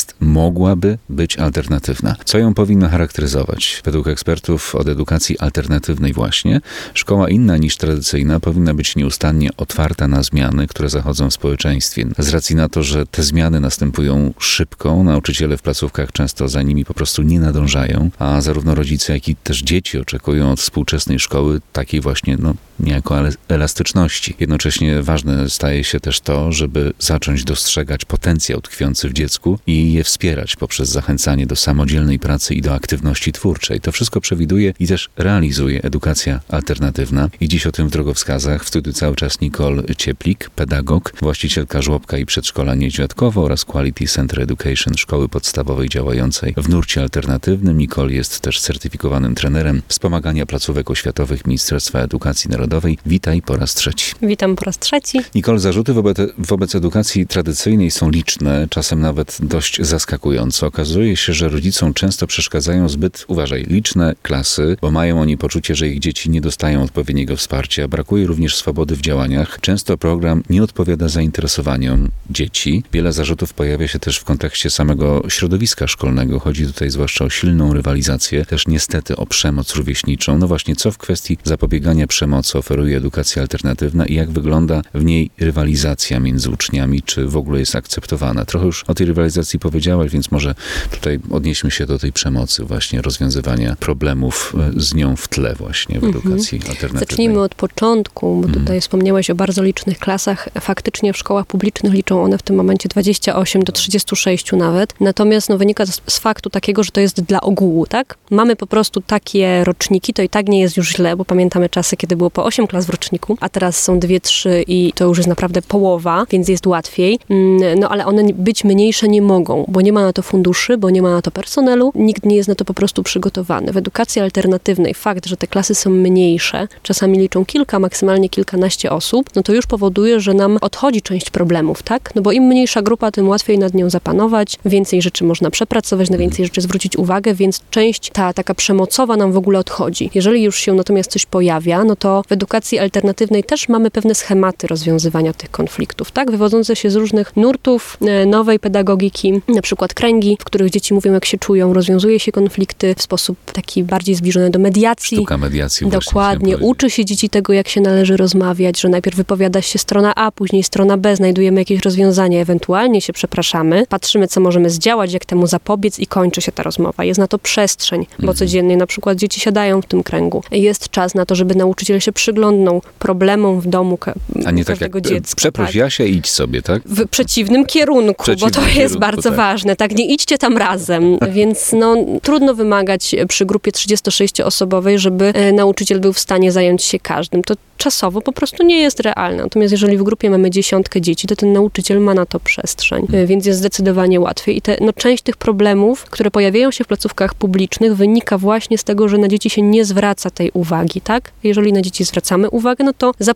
mogłaby być alternatywna? Co ją powinno charakteryzować? Według ekspertów od edukacji alternatywnej właśnie, szkoła inna niż tradycyjna powinna być nieustannie otwarta na zmiany, które zachodzą w społeczeństwie. Z racji na to, że te zmiany następują szybko, nauczyciele w placówkach często za nimi po prostu nie nadążają, a zarówno rodzice, jak i też dzieci oczekują od współczesnej szkoły takiej właśnie, niejako elastyczności. Jednocześnie ważne staje się też to, żeby zacząć dostrzegać potencjał tkwiący w dziecku i je wspierać poprzez zachęcanie do samodzielnej pracy i do aktywności twórczej. To wszystko przewiduje i też realizuje edukacja alternatywna. I dziś o tym w Drogowskazach. W studiu cały czas Nicole Cieplik, pedagog, właścicielka żłobka i przedszkola Niedźwiadkowo oraz Quality Center Education, szkoły podstawowej działającej w nurcie alternatywnym. Nicole jest też certyfikowanym trenerem wspomagania placówek oświatowych Ministerstwa Edukacji Narodowej. Witaj po raz trzeci. Witam po raz trzeci. Nicole, zarzuty wobec edukacji tradycyjnej są liczne, czasem nawet dość zaskakujące. Okazuje się, że rodzicom często przeszkadzają zbyt, liczne klasy, bo mają oni poczucie, że ich dzieci nie dostają odpowiedniego wsparcia. Brakuje również swobody w działaniach. Często program nie odpowiada zainteresowaniom dzieci. Wiele zarzutów pojawia się też w kontekście samego środowiska szkolnego. Chodzi tutaj zwłaszcza o silną rywalizację, też niestety o przemoc rówieśniczą. Właśnie co w kwestii zapobiegania przemocy oferuje edukacja alternatywna i jak wygląda w niej rywalizacja między uczniami, czy w ogóle jest akceptowana? Trochę już o tej rywalizacji powiedziałaś, więc może tutaj odnieśmy się do tej przemocy, właśnie rozwiązywania problemów z nią w tle właśnie w edukacji alternatywnej. Zacznijmy od początku, bo tutaj wspomniałeś o bardzo licznych klasach. Faktycznie w szkołach publicznych liczą one w tym momencie 28 do 36 nawet. Natomiast wynika z faktu takiego, że to jest dla ogółu, tak? Mamy po prostu takie roczniki, to i tak nie jest już źle, bo pamiętamy czasy, kiedy było po 8 klas w roczniku, a teraz są 2-3 i to już jest naprawdę połowa, więc jest łatwiej. Ale one być mniejsze nie mogą, bo nie ma na to funduszy, bo nie ma na to personelu, nikt nie jest na to po prostu przygotowany. W edukacji alternatywnej fakt, że te klasy są mniejsze, czasami liczą kilka, maksymalnie kilkanaście osób, to już powoduje, że nam odchodzi część problemów, tak? Bo im mniejsza grupa, tym łatwiej nad nią zapanować, więcej rzeczy można przepracować, na więcej rzeczy zwrócić uwagę, więc część ta taka przemocowa nam w ogóle odchodzi. Jeżeli już się natomiast coś pojawia, to w edukacji alternatywnej też mamy pewne schematy rozwiązywania tych konfliktów, tak? Wywodzące się z różnych nurtów nowej pedagogiki, na przykład kręgi, w których dzieci mówią, jak się czują, rozwiązuje się konflikty w sposób taki bardziej zbliżony do mediacji. Sztuka mediacji. Dokładnie. Uczy się dzieci tego, jak się należy rozmawiać, że najpierw wypowiada się strona A, później strona B, znajdujemy jakieś rozwiązanie, ewentualnie się przepraszamy, patrzymy, co możemy zdziałać, jak temu zapobiec i kończy się ta rozmowa. Jest na to przestrzeń, bo codziennie na przykład dzieci siadają w tym kręgu. Jest czas na to, żeby nauczyciel się przyglądnął problemom w domu a nie tak jak dziecka. Przeproś tak? Jasia i idź sobie, tak? W przeciwnym kierunku, bo to jest bardzo ważne. Tak, nie idźcie tam razem. Więc trudno wymagać przy grupie 36-osobowej, żeby nauczyciel był w stanie zająć się każdym. To czasowo po prostu nie jest realne. Natomiast jeżeli w grupie mamy 10 dzieci, to ten nauczyciel ma na to przestrzeń, więc jest zdecydowanie łatwiej. I część tych problemów, które pojawiają się w placówkach publicznych, wynika właśnie z tego, że na dzieci się nie zwraca tej uwagi, tak? Jeżeli na dzieci zwracamy uwagę, to zapobiegamy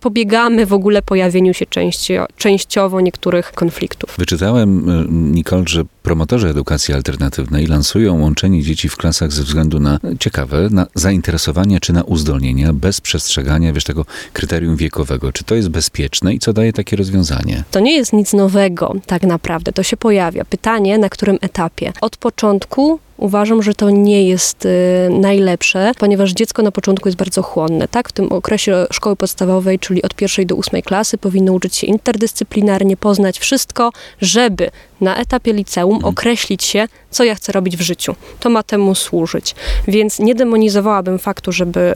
zapobiegamy w ogóle pojawieniu się częściowo niektórych konfliktów. Wyczytałem, Nicole, że promotorzy edukacji alternatywnej lansują łączenie dzieci w klasach ze względu na, ciekawe, na zainteresowania czy na uzdolnienia bez przestrzegania, tego kryterium wiekowego. Czy to jest bezpieczne i co daje takie rozwiązanie? To nie jest nic nowego tak naprawdę. To się pojawia. Pytanie, na którym etapie? Od początku uważam, że to nie jest najlepsze, ponieważ dziecko na początku jest bardzo chłonne. Tak? W tym okresie szkoły podstawowej, czyli od 1. do 8. klasy, powinno uczyć się interdyscyplinarnie, poznać wszystko, żeby na etapie liceum określić się, co ja chcę robić w życiu. To ma temu służyć. Więc nie demonizowałabym faktu,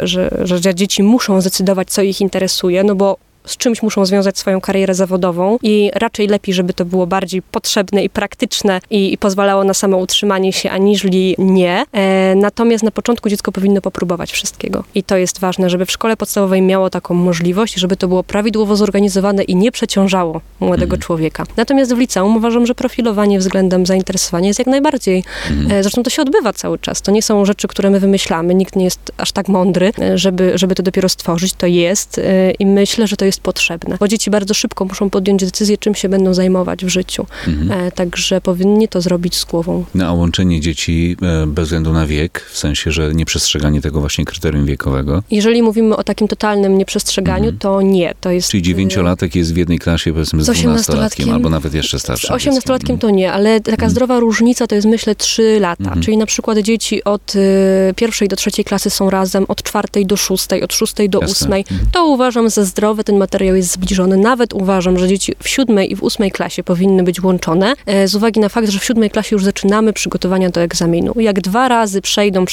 że dzieci muszą zdecydować, co ich interesuje, no bo z czymś muszą związać swoją karierę zawodową i raczej lepiej, żeby to było bardziej potrzebne i praktyczne i pozwalało na samo utrzymanie się, aniżeli nie. Natomiast na początku dziecko powinno popróbować wszystkiego. I to jest ważne, żeby w szkole podstawowej miało taką możliwość, żeby to było prawidłowo zorganizowane i nie przeciążało młodego człowieka. Natomiast w liceum uważam, że profilowanie względem zainteresowania jest jak najbardziej. Zresztą to się odbywa cały czas. To nie są rzeczy, które my wymyślamy. Nikt nie jest aż tak mądry, żeby to dopiero stworzyć. To jest i myślę, że to jest potrzebne, bo dzieci bardzo szybko muszą podjąć decyzję, czym się będą zajmować w życiu. Także powinni to zrobić z głową. No, a łączenie dzieci bez względu na wiek, w sensie, że nieprzestrzeganie tego właśnie kryterium wiekowego? Jeżeli mówimy o takim totalnym nieprzestrzeganiu, to nie. To jest... Czyli 9-latek jest w jednej klasie, powiedzmy, z 12-latkiem, albo nawet jeszcze starszym. Z 18-latkiem to nie, ale taka zdrowa różnica to jest, myślę, 3 lata. Czyli na przykład dzieci od 1. do 3. klasy są razem, od 4. do 6., od 6. do 8. To uważam za zdrowe, ten materiał jest zbliżony. Nawet uważam, że dzieci w 7. i w 8. klasie powinny być łączone, z uwagi na fakt, że w 7. klasie już zaczynamy przygotowania do egzaminu. Jak 2 razy przejdą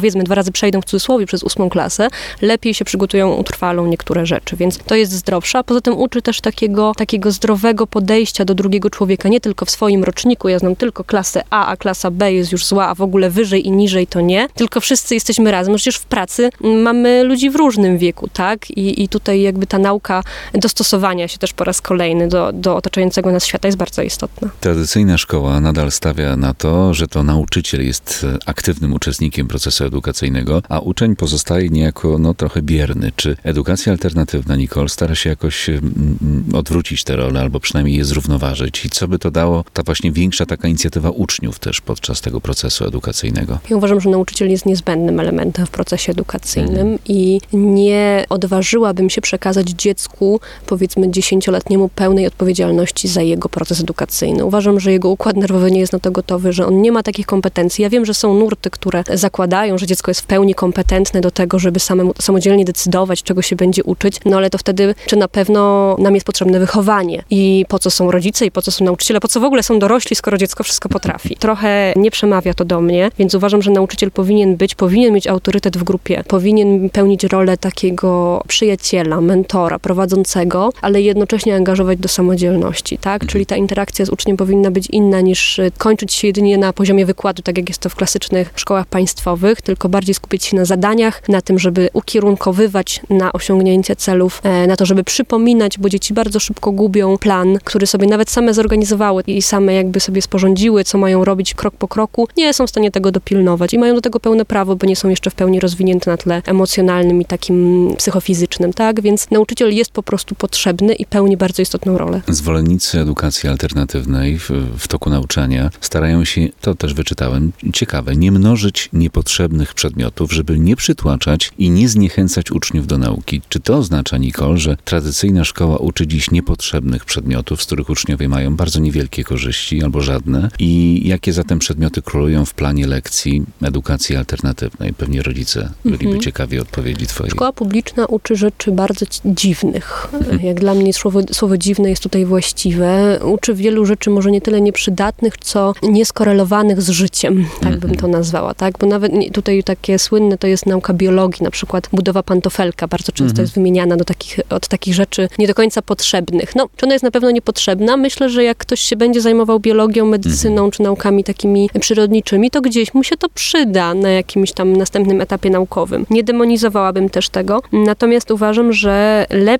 w cudzysłowie przez 8. klasę, lepiej się przygotują, utrwalą niektóre rzeczy, więc to jest zdrowsze, a poza tym uczy też takiego zdrowego podejścia do drugiego człowieka, nie tylko w swoim roczniku, ja znam tylko klasę A klasa B jest już zła, a w ogóle wyżej i niżej to nie, tylko wszyscy jesteśmy razem. Przecież w pracy mamy ludzi w różnym wieku, tak? I tutaj jakby ta nauka dostosowania się też po raz kolejny do otaczającego nas świata jest bardzo istotna. Tradycyjna szkoła nadal stawia na to, że to nauczyciel jest aktywnym uczestnikiem procesu edukacyjnego, a uczeń pozostaje niejako trochę bierny. Czy edukacja alternatywna, Nicole, stara się jakoś odwrócić tę rolę, albo przynajmniej je zrównoważyć? I co by to dało, ta właśnie większa taka inicjatywa uczniów też podczas tego procesu edukacyjnego? Ja uważam, że nauczyciel jest niezbędnym elementem w procesie edukacyjnym i nie odważyłabym się przekazać dziecku, powiedzmy 10-letniemu, pełnej odpowiedzialności za jego proces edukacyjny. Uważam, że jego układ nerwowy nie jest na to gotowy, że on nie ma takich kompetencji. Ja wiem, że są nurty, które zakładają, że dziecko jest w pełni kompetentne do tego, żeby samodzielnie decydować, czego się będzie uczyć, ale to wtedy, czy na pewno nam jest potrzebne wychowanie i po co są rodzice i po co są nauczyciele, po co w ogóle są dorośli, skoro dziecko wszystko potrafi. Trochę nie przemawia to do mnie, więc uważam, że nauczyciel powinien mieć autorytet w grupie, powinien pełnić rolę takiego przyjaciela, mentora, prowadzącego, ale jednocześnie angażować do samodzielności, tak? Czyli ta interakcja z uczniem powinna być inna niż kończyć się jedynie na poziomie wykładu, tak jak jest to w klasycznych szkołach państwowych, tylko bardziej skupić się na zadaniach, na tym, żeby ukierunkowywać na osiągnięcie celów, na to, żeby przypominać, bo dzieci bardzo szybko gubią plan, który sobie nawet same zorganizowały i same jakby sobie sporządziły, co mają robić krok po kroku, nie są w stanie tego dopilnować i mają do tego pełne prawo, bo nie są jeszcze w pełni rozwinięte na tle emocjonalnym i takim psychofizycznym, tak? Więc nauczyciel jest po prostu potrzebny i pełni bardzo istotną rolę. Zwolennicy edukacji alternatywnej w toku nauczania starają się, to też wyczytałem, ciekawe, nie mnożyć niepotrzebnych przedmiotów, żeby nie przytłaczać i nie zniechęcać uczniów do nauki. Czy to oznacza, Nicole, że tradycyjna szkoła uczy dziś niepotrzebnych przedmiotów, z których uczniowie mają bardzo niewielkie korzyści albo żadne? I jakie zatem przedmioty królują w planie lekcji edukacji alternatywnej? Pewnie rodzice byliby ciekawi odpowiedzi twojej. Szkoła publiczna uczy rzeczy bardzo dziwnych. Jak dla mnie słowo dziwne jest tutaj właściwe. Uczy wielu rzeczy może nie tyle nieprzydatnych, co nieskorelowanych z życiem, tak bym to nazwała, tak? Bo nawet tutaj takie słynne to jest nauka biologii, na przykład budowa pantofelka bardzo często jest wymieniana od takich rzeczy nie do końca potrzebnych. Czy ona jest na pewno niepotrzebna? Myślę, że jak ktoś się będzie zajmował biologią, medycyną czy naukami takimi przyrodniczymi, to gdzieś mu się to przyda na jakimś tam następnym etapie naukowym. Nie demonizowałabym też tego, natomiast uważam, że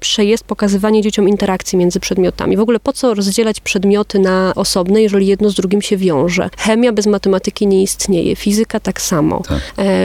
lepsze jest pokazywanie dzieciom interakcji między przedmiotami. W ogóle po co rozdzielać przedmioty na osobne, jeżeli jedno z drugim się wiąże? Chemia bez matematyki nie istnieje, fizyka tak samo. Tak.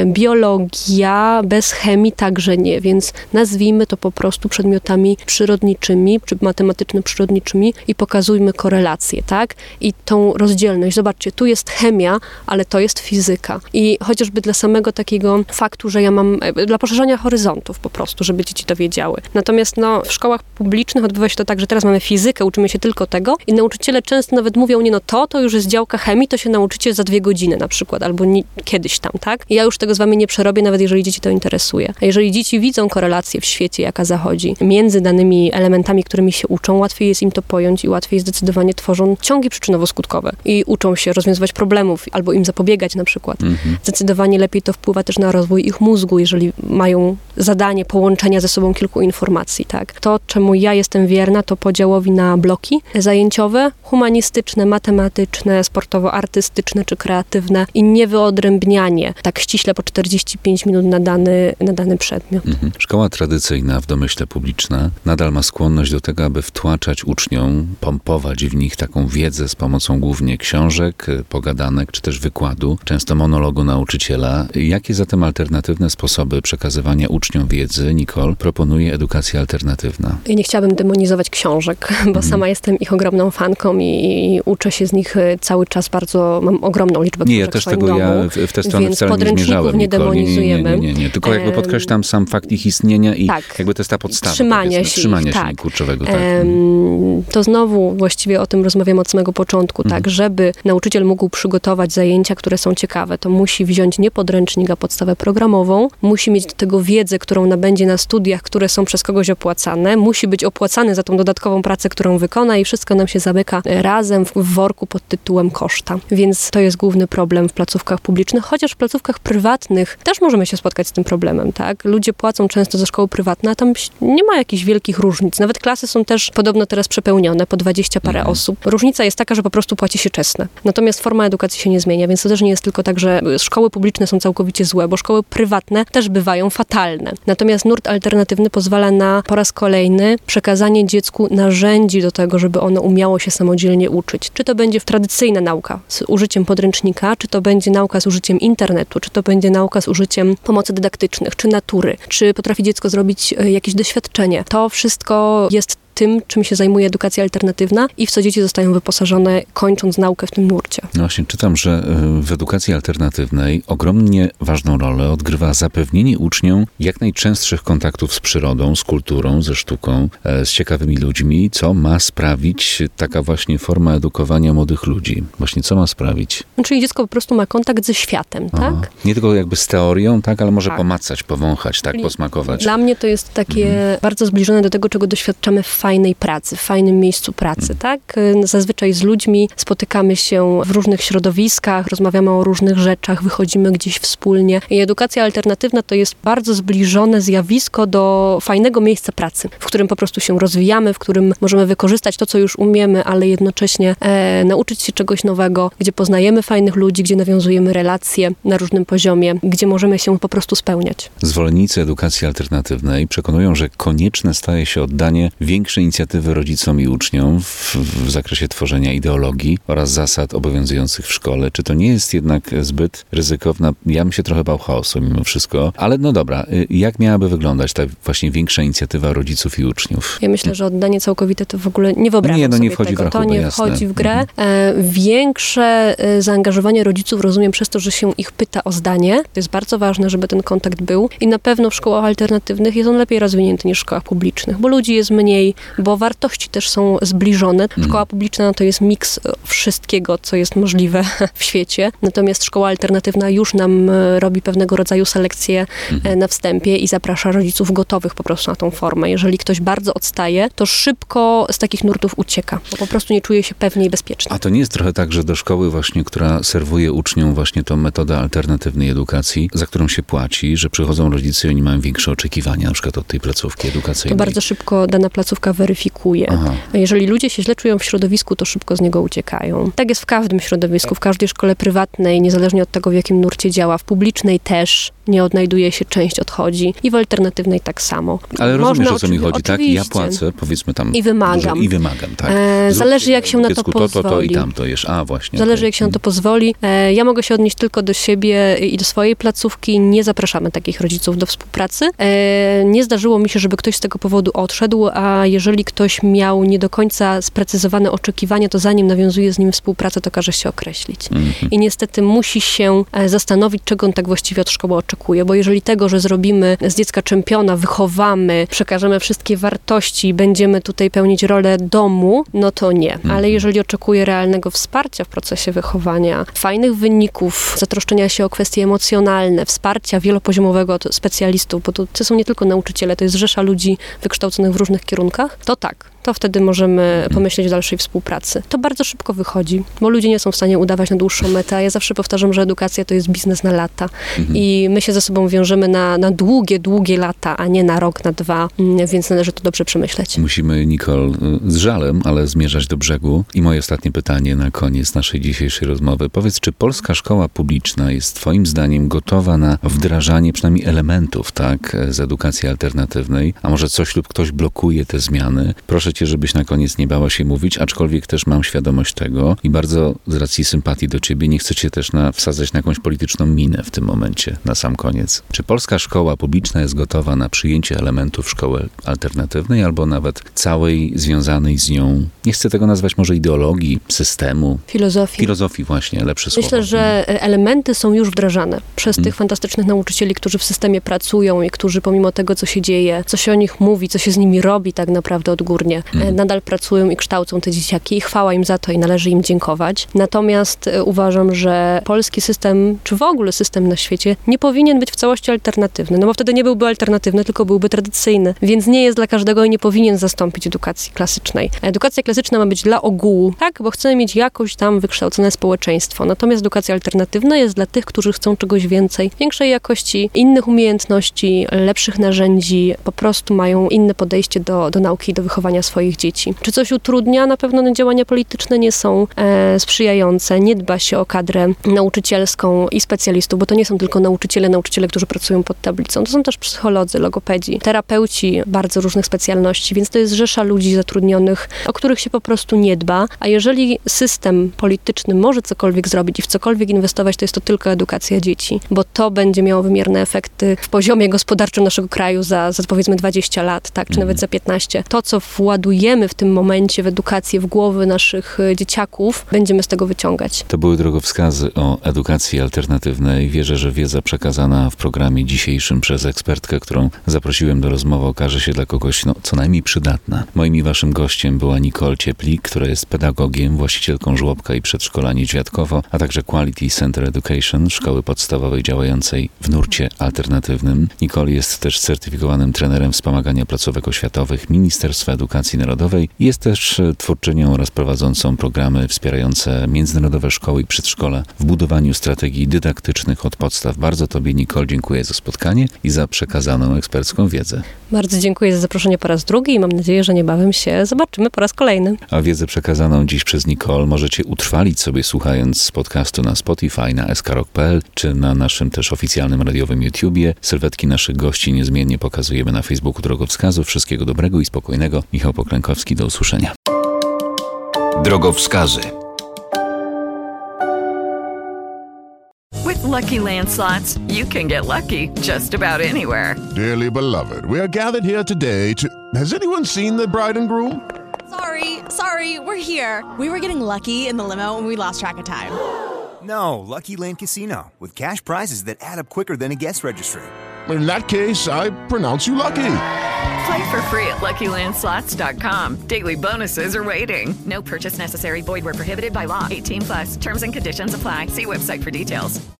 Biologia bez chemii także nie, więc nazwijmy to po prostu przedmiotami przyrodniczymi, czy matematyczno-przyrodniczymi i pokazujmy korelacje, tak? I tą rozdzielność. Zobaczcie, tu jest chemia, ale to jest fizyka. I chociażby dla samego takiego faktu, że ja mam, dla poszerzania horyzontów po prostu, żeby dzieci to wiedziały. Natomiast w szkołach publicznych odbywa się to tak, że teraz mamy fizykę, uczymy się tylko tego i nauczyciele często nawet mówią, to już jest działka chemii, to się nauczycie za 2 godziny na przykład, albo kiedyś tam, tak? I ja już tego z wami nie przerobię, nawet jeżeli dzieci to interesuje. A jeżeli dzieci widzą korelację w świecie, jaka zachodzi, między danymi elementami, którymi się uczą, łatwiej jest im to pojąć i łatwiej zdecydowanie tworzą ciągi przyczynowo-skutkowe i uczą się rozwiązywać problemów albo im zapobiegać na przykład. Zdecydowanie lepiej to wpływa też na rozwój ich mózgu, jeżeli mają zadanie połączenia ze sobą kilku informacji, tak? To, czemu ja jestem wierna, to podziałowi na bloki zajęciowe, humanistyczne, matematyczne, sportowo-artystyczne czy kreatywne i niewyodrębnianie tak ściśle po 45 minut na dany przedmiot. Szkoła tradycyjna w domyśle publiczna nadal ma skłonność do tego, aby wtłaczać uczniom, pompować w nich taką wiedzę z pomocą głównie książek, pogadanek czy też wykładu, często monologu nauczyciela. Jakie zatem alternatywne sposoby przekazywania uczniom wiedzy, Nicole, proponuje edukacja alternatywna? Ja nie chciałabym demonizować książek, bo sama jestem ich ogromną fanką i uczę się z nich cały czas bardzo, mam ogromną liczbę książek. Nie, ja też tego w tę stronę wcale nie zmierzałem. Nie demonizujemy. Nie. Tylko jakby podkreślam sam fakt ich istnienia i jakby to jest ta podstawa. Trzymania się kurczowego. Tak. To znowu właściwie o tym rozmawiam od samego początku, tak, żeby nauczyciel mógł przygotować zajęcia, które są ciekawe, to musi wziąć nie podręcznik, a podstawę programową, musi mieć do tego wiedzę, którą nabędzie na studiach, które są przez kogoś opłacane, musi być opłacany za tą dodatkową pracę, którą wykona i wszystko nam się zamyka razem w worku pod tytułem koszta. Więc to jest główny problem w placówkach publicznych, chociaż w placówkach prywatnych też możemy się spotkać z tym problemem, tak? Ludzie płacą często za szkoły prywatne, a tam nie ma jakichś wielkich różnic. Nawet klasy są też podobno teraz przepełnione, po 20 parę osób. Różnica jest taka, że po prostu płaci się czesne. Natomiast forma edukacji się nie zmienia, więc to też nie jest tylko tak, że szkoły publiczne są całkowicie złe, bo szkoły prywatne też bywają fatalne. Natomiast nurt alternatywny pozwala na po raz kolejny przekazanie dziecku narzędzi do tego, żeby ono umiało się samodzielnie uczyć. Czy to będzie tradycyjna nauka z użyciem podręcznika, czy to będzie nauka z użyciem internetu, czy to będzie nauka z użyciem pomocy dydaktycznych, czy natury, czy potrafi dziecko zrobić jakieś doświadczenie. To wszystko jest tym, czym się zajmuje edukacja alternatywna i w co dzieci zostają wyposażone, kończąc naukę w tym nurcie. No właśnie, czytam, że w edukacji alternatywnej ogromnie ważną rolę odgrywa zapewnienie uczniom jak najczęstszych kontaktów z przyrodą, z kulturą, ze sztuką, z ciekawymi ludźmi, co ma sprawić taka właśnie forma edukowania młodych ludzi. Właśnie co ma sprawić? Czyli dziecko po prostu ma kontakt ze światem, tak? Nie tylko jakby z teorią, tak, ale może pomacać, powąchać, tak, posmakować. Dla mnie to jest takie bardzo zbliżone do tego, czego doświadczamy w fajnej pracy, w fajnym miejscu pracy, tak? Zazwyczaj z ludźmi spotykamy się w różnych środowiskach, rozmawiamy o różnych rzeczach, wychodzimy gdzieś wspólnie. I edukacja alternatywna to jest bardzo zbliżone zjawisko do fajnego miejsca pracy, w którym po prostu się rozwijamy, w którym możemy wykorzystać to, co już umiemy, ale jednocześnie nauczyć się czegoś nowego, gdzie poznajemy fajnych ludzi, gdzie nawiązujemy relacje na różnym poziomie, gdzie możemy się po prostu spełniać. Zwolennicy edukacji alternatywnej przekonują, że konieczne staje się oddanie większej inicjatywy rodzicom i uczniom w zakresie tworzenia ideologii oraz zasad obowiązujących w szkole. Czy to nie jest jednak zbyt ryzykowna? Ja bym się trochę bał chaosu mimo wszystko. Ale no dobra, jak miałaby wyglądać ta właśnie większa inicjatywa rodziców i uczniów? Ja myślę, że oddanie całkowite to w ogóle nie wyobrażam sobie wchodzi tego. W rachubę, to nie wchodzi w grę. Większe zaangażowanie rodziców rozumiem przez to, że się ich pyta o zdanie. To jest bardzo ważne, żeby ten kontakt był. I na pewno w szkołach alternatywnych jest on lepiej rozwinięty niż w szkołach publicznych, bo ludzi jest mniej, bo wartości też są zbliżone. Szkoła publiczna to jest miks wszystkiego, co jest możliwe w świecie. Natomiast szkoła alternatywna już nam robi pewnego rodzaju selekcję na wstępie i zaprasza rodziców gotowych po prostu na tą formę. Jeżeli ktoś bardzo odstaje, to szybko z takich nurtów ucieka, bo po prostu nie czuje się pewnie i bezpiecznie. A to nie jest trochę tak, że do szkoły właśnie, która serwuje uczniom właśnie tą metodę alternatywnej edukacji, za którą się płaci, że przychodzą rodzice i oni mają większe oczekiwania na przykład od tej placówki edukacyjnej? To bardzo szybko dana placówka weryfikuje. Jeżeli ludzie się źle czują w środowisku, to szybko z niego uciekają. Tak jest w każdym środowisku, w każdej szkole prywatnej, niezależnie od tego, w jakim nurcie działa, w publicznej też. nie odnajduje się, część odchodzi i w alternatywnej tak samo. Ale rozumiesz, o co mi chodzi, tak? Ja płacę, powiedzmy tam... I wymagam. I wymagam, tak. Zależy, jak się na to pozwoli. To i tamto jesz. Właśnie. Zależy, jak się na to pozwoli. Ja mogę się odnieść tylko do siebie i do swojej placówki. Nie zapraszamy takich rodziców do współpracy. Nie zdarzyło mi się, żeby ktoś z tego powodu odszedł, a jeżeli ktoś miał nie do końca sprecyzowane oczekiwania, to zanim nawiązuje z nim współpracę, to każe się określić. I niestety musi się zastanowić, czego on tak właściwie od szkoły oczekuje, bo jeżeli tego, że zrobimy z dziecka czempiona, wychowamy, przekażemy wszystkie wartości, będziemy tutaj pełnić rolę domu, no to nie. Ale jeżeli oczekuje realnego wsparcia w procesie wychowania, fajnych wyników, zatroszczenia się o kwestie emocjonalne, wsparcia wielopoziomowego od specjalistów, bo to są nie tylko nauczyciele, to jest rzesza ludzi wykształconych w różnych kierunkach, to tak. To wtedy możemy pomyśleć o dalszej współpracy. To bardzo szybko wychodzi, bo ludzie nie są w stanie udawać na dłuższą metę. Ja zawsze powtarzam, że edukacja to jest biznes na lata. I my się ze sobą wiążemy na długie lata, a nie na rok, na 2, więc należy to dobrze przemyśleć. Musimy, Nicole, z żalem, ale zmierzać do brzegu. I moje ostatnie pytanie na koniec naszej dzisiejszej rozmowy. Powiedz, czy polska szkoła publiczna jest twoim zdaniem gotowa na wdrażanie przynajmniej elementów, tak, z edukacji alternatywnej? A może coś lub ktoś blokuje te zmiany? Proszę cię, żebyś na koniec nie bała się mówić, aczkolwiek też mam świadomość tego i bardzo z racji sympatii do ciebie nie chcę cię też wsadzać na jakąś polityczną minę w tym momencie, na sam koniec. Czy polska szkoła publiczna jest gotowa na przyjęcie elementów szkoły alternatywnej albo nawet całej związanej z nią, nie chcę tego nazwać może ideologii, systemu? Filozofii właśnie, lepsze słowo. Myślę, że elementy są już wdrażane przez tych fantastycznych nauczycieli, którzy w systemie pracują i którzy pomimo tego, co się dzieje, co się o nich mówi, co się z nimi robi tak naprawdę odgórnie, nadal pracują i kształcą te dzieciaki i chwała im za to i należy im dziękować. Natomiast uważam, że polski system, czy w ogóle system na świecie, nie powinien być w całości alternatywny, no bo wtedy nie byłby alternatywny, tylko byłby tradycyjny. Więc nie jest dla każdego i nie powinien zastąpić edukacji klasycznej. Edukacja klasyczna ma być dla ogółu, tak, bo chcemy mieć jakoś tam wykształcone społeczeństwo. Natomiast edukacja alternatywna jest dla tych, którzy chcą czegoś więcej, większej jakości, innych umiejętności, lepszych narzędzi, po prostu mają inne podejście do nauki i do wychowania swoich dzieci. Czy coś utrudnia? Na pewno działania polityczne nie są sprzyjające. Nie dba się o kadrę nauczycielską i specjalistów, bo to nie są tylko nauczyciele, którzy pracują pod tablicą. To są też psycholodzy, logopedzi, terapeuci bardzo różnych specjalności, więc to jest rzesza ludzi zatrudnionych, o których się po prostu nie dba. A jeżeli system polityczny może cokolwiek zrobić i w cokolwiek inwestować, to jest to tylko edukacja dzieci, bo to będzie miało wymierne efekty w poziomie gospodarczym naszego kraju za powiedzmy 20 lat, tak, czy nawet za 15. To, co władujemy w tym momencie w edukację, w głowy naszych dzieciaków, będziemy z tego wyciągać. To były drogowskazy o edukacji alternatywnej. Wierzę, że wiedza przekazana w programie dzisiejszym przez ekspertkę, którą zaprosiłem do rozmowy, okaże się dla kogoś co najmniej przydatna. Moim i waszym gościem była Nicole Cieplik, która jest pedagogiem, właścicielką żłobka i przedszkola Niedźwiadkowo, a także Quality Center Education, szkoły podstawowej działającej w nurcie alternatywnym. Nicole jest też certyfikowanym trenerem wspomagania placówek oświatowych Ministerstwa Edukacji Narodowej. Jest też twórczynią oraz prowadzącą programy wspierające międzynarodowe szkoły i przedszkola w budowaniu strategii dydaktycznych od podstaw. Bardzo tobie, Nicole, dziękuję za spotkanie i za przekazaną ekspercką wiedzę. Bardzo dziękuję za zaproszenie po raz drugi i mam nadzieję, że niebawem się zobaczymy po raz kolejny. A wiedzę przekazaną dziś przez Nicole możecie utrwalić sobie słuchając podcastu na Spotify, na skrok.pl czy na naszym też oficjalnym radiowym YouTubie. Sylwetki naszych gości niezmiennie pokazujemy na Facebooku Drogowskazów. Wszystkiego dobrego i spokojnego. Michał Poklękowski, do usłyszenia. Drogowskazy. With Lucky Land Slots, you can get lucky just about anywhere. Dearly beloved, we are gathered here today to... Has anyone seen the bride and groom? Sorry, we're here. We were getting lucky in the limo and we lost track of time. No, Lucky Land Casino, with cash prizes that add up quicker than a guest registry. In that case, I pronounce you lucky. Play for free at LuckyLandSlots.com. Daily bonuses are waiting. No purchase necessary. Void where prohibited by law. 18+. Terms and conditions apply. See website for details.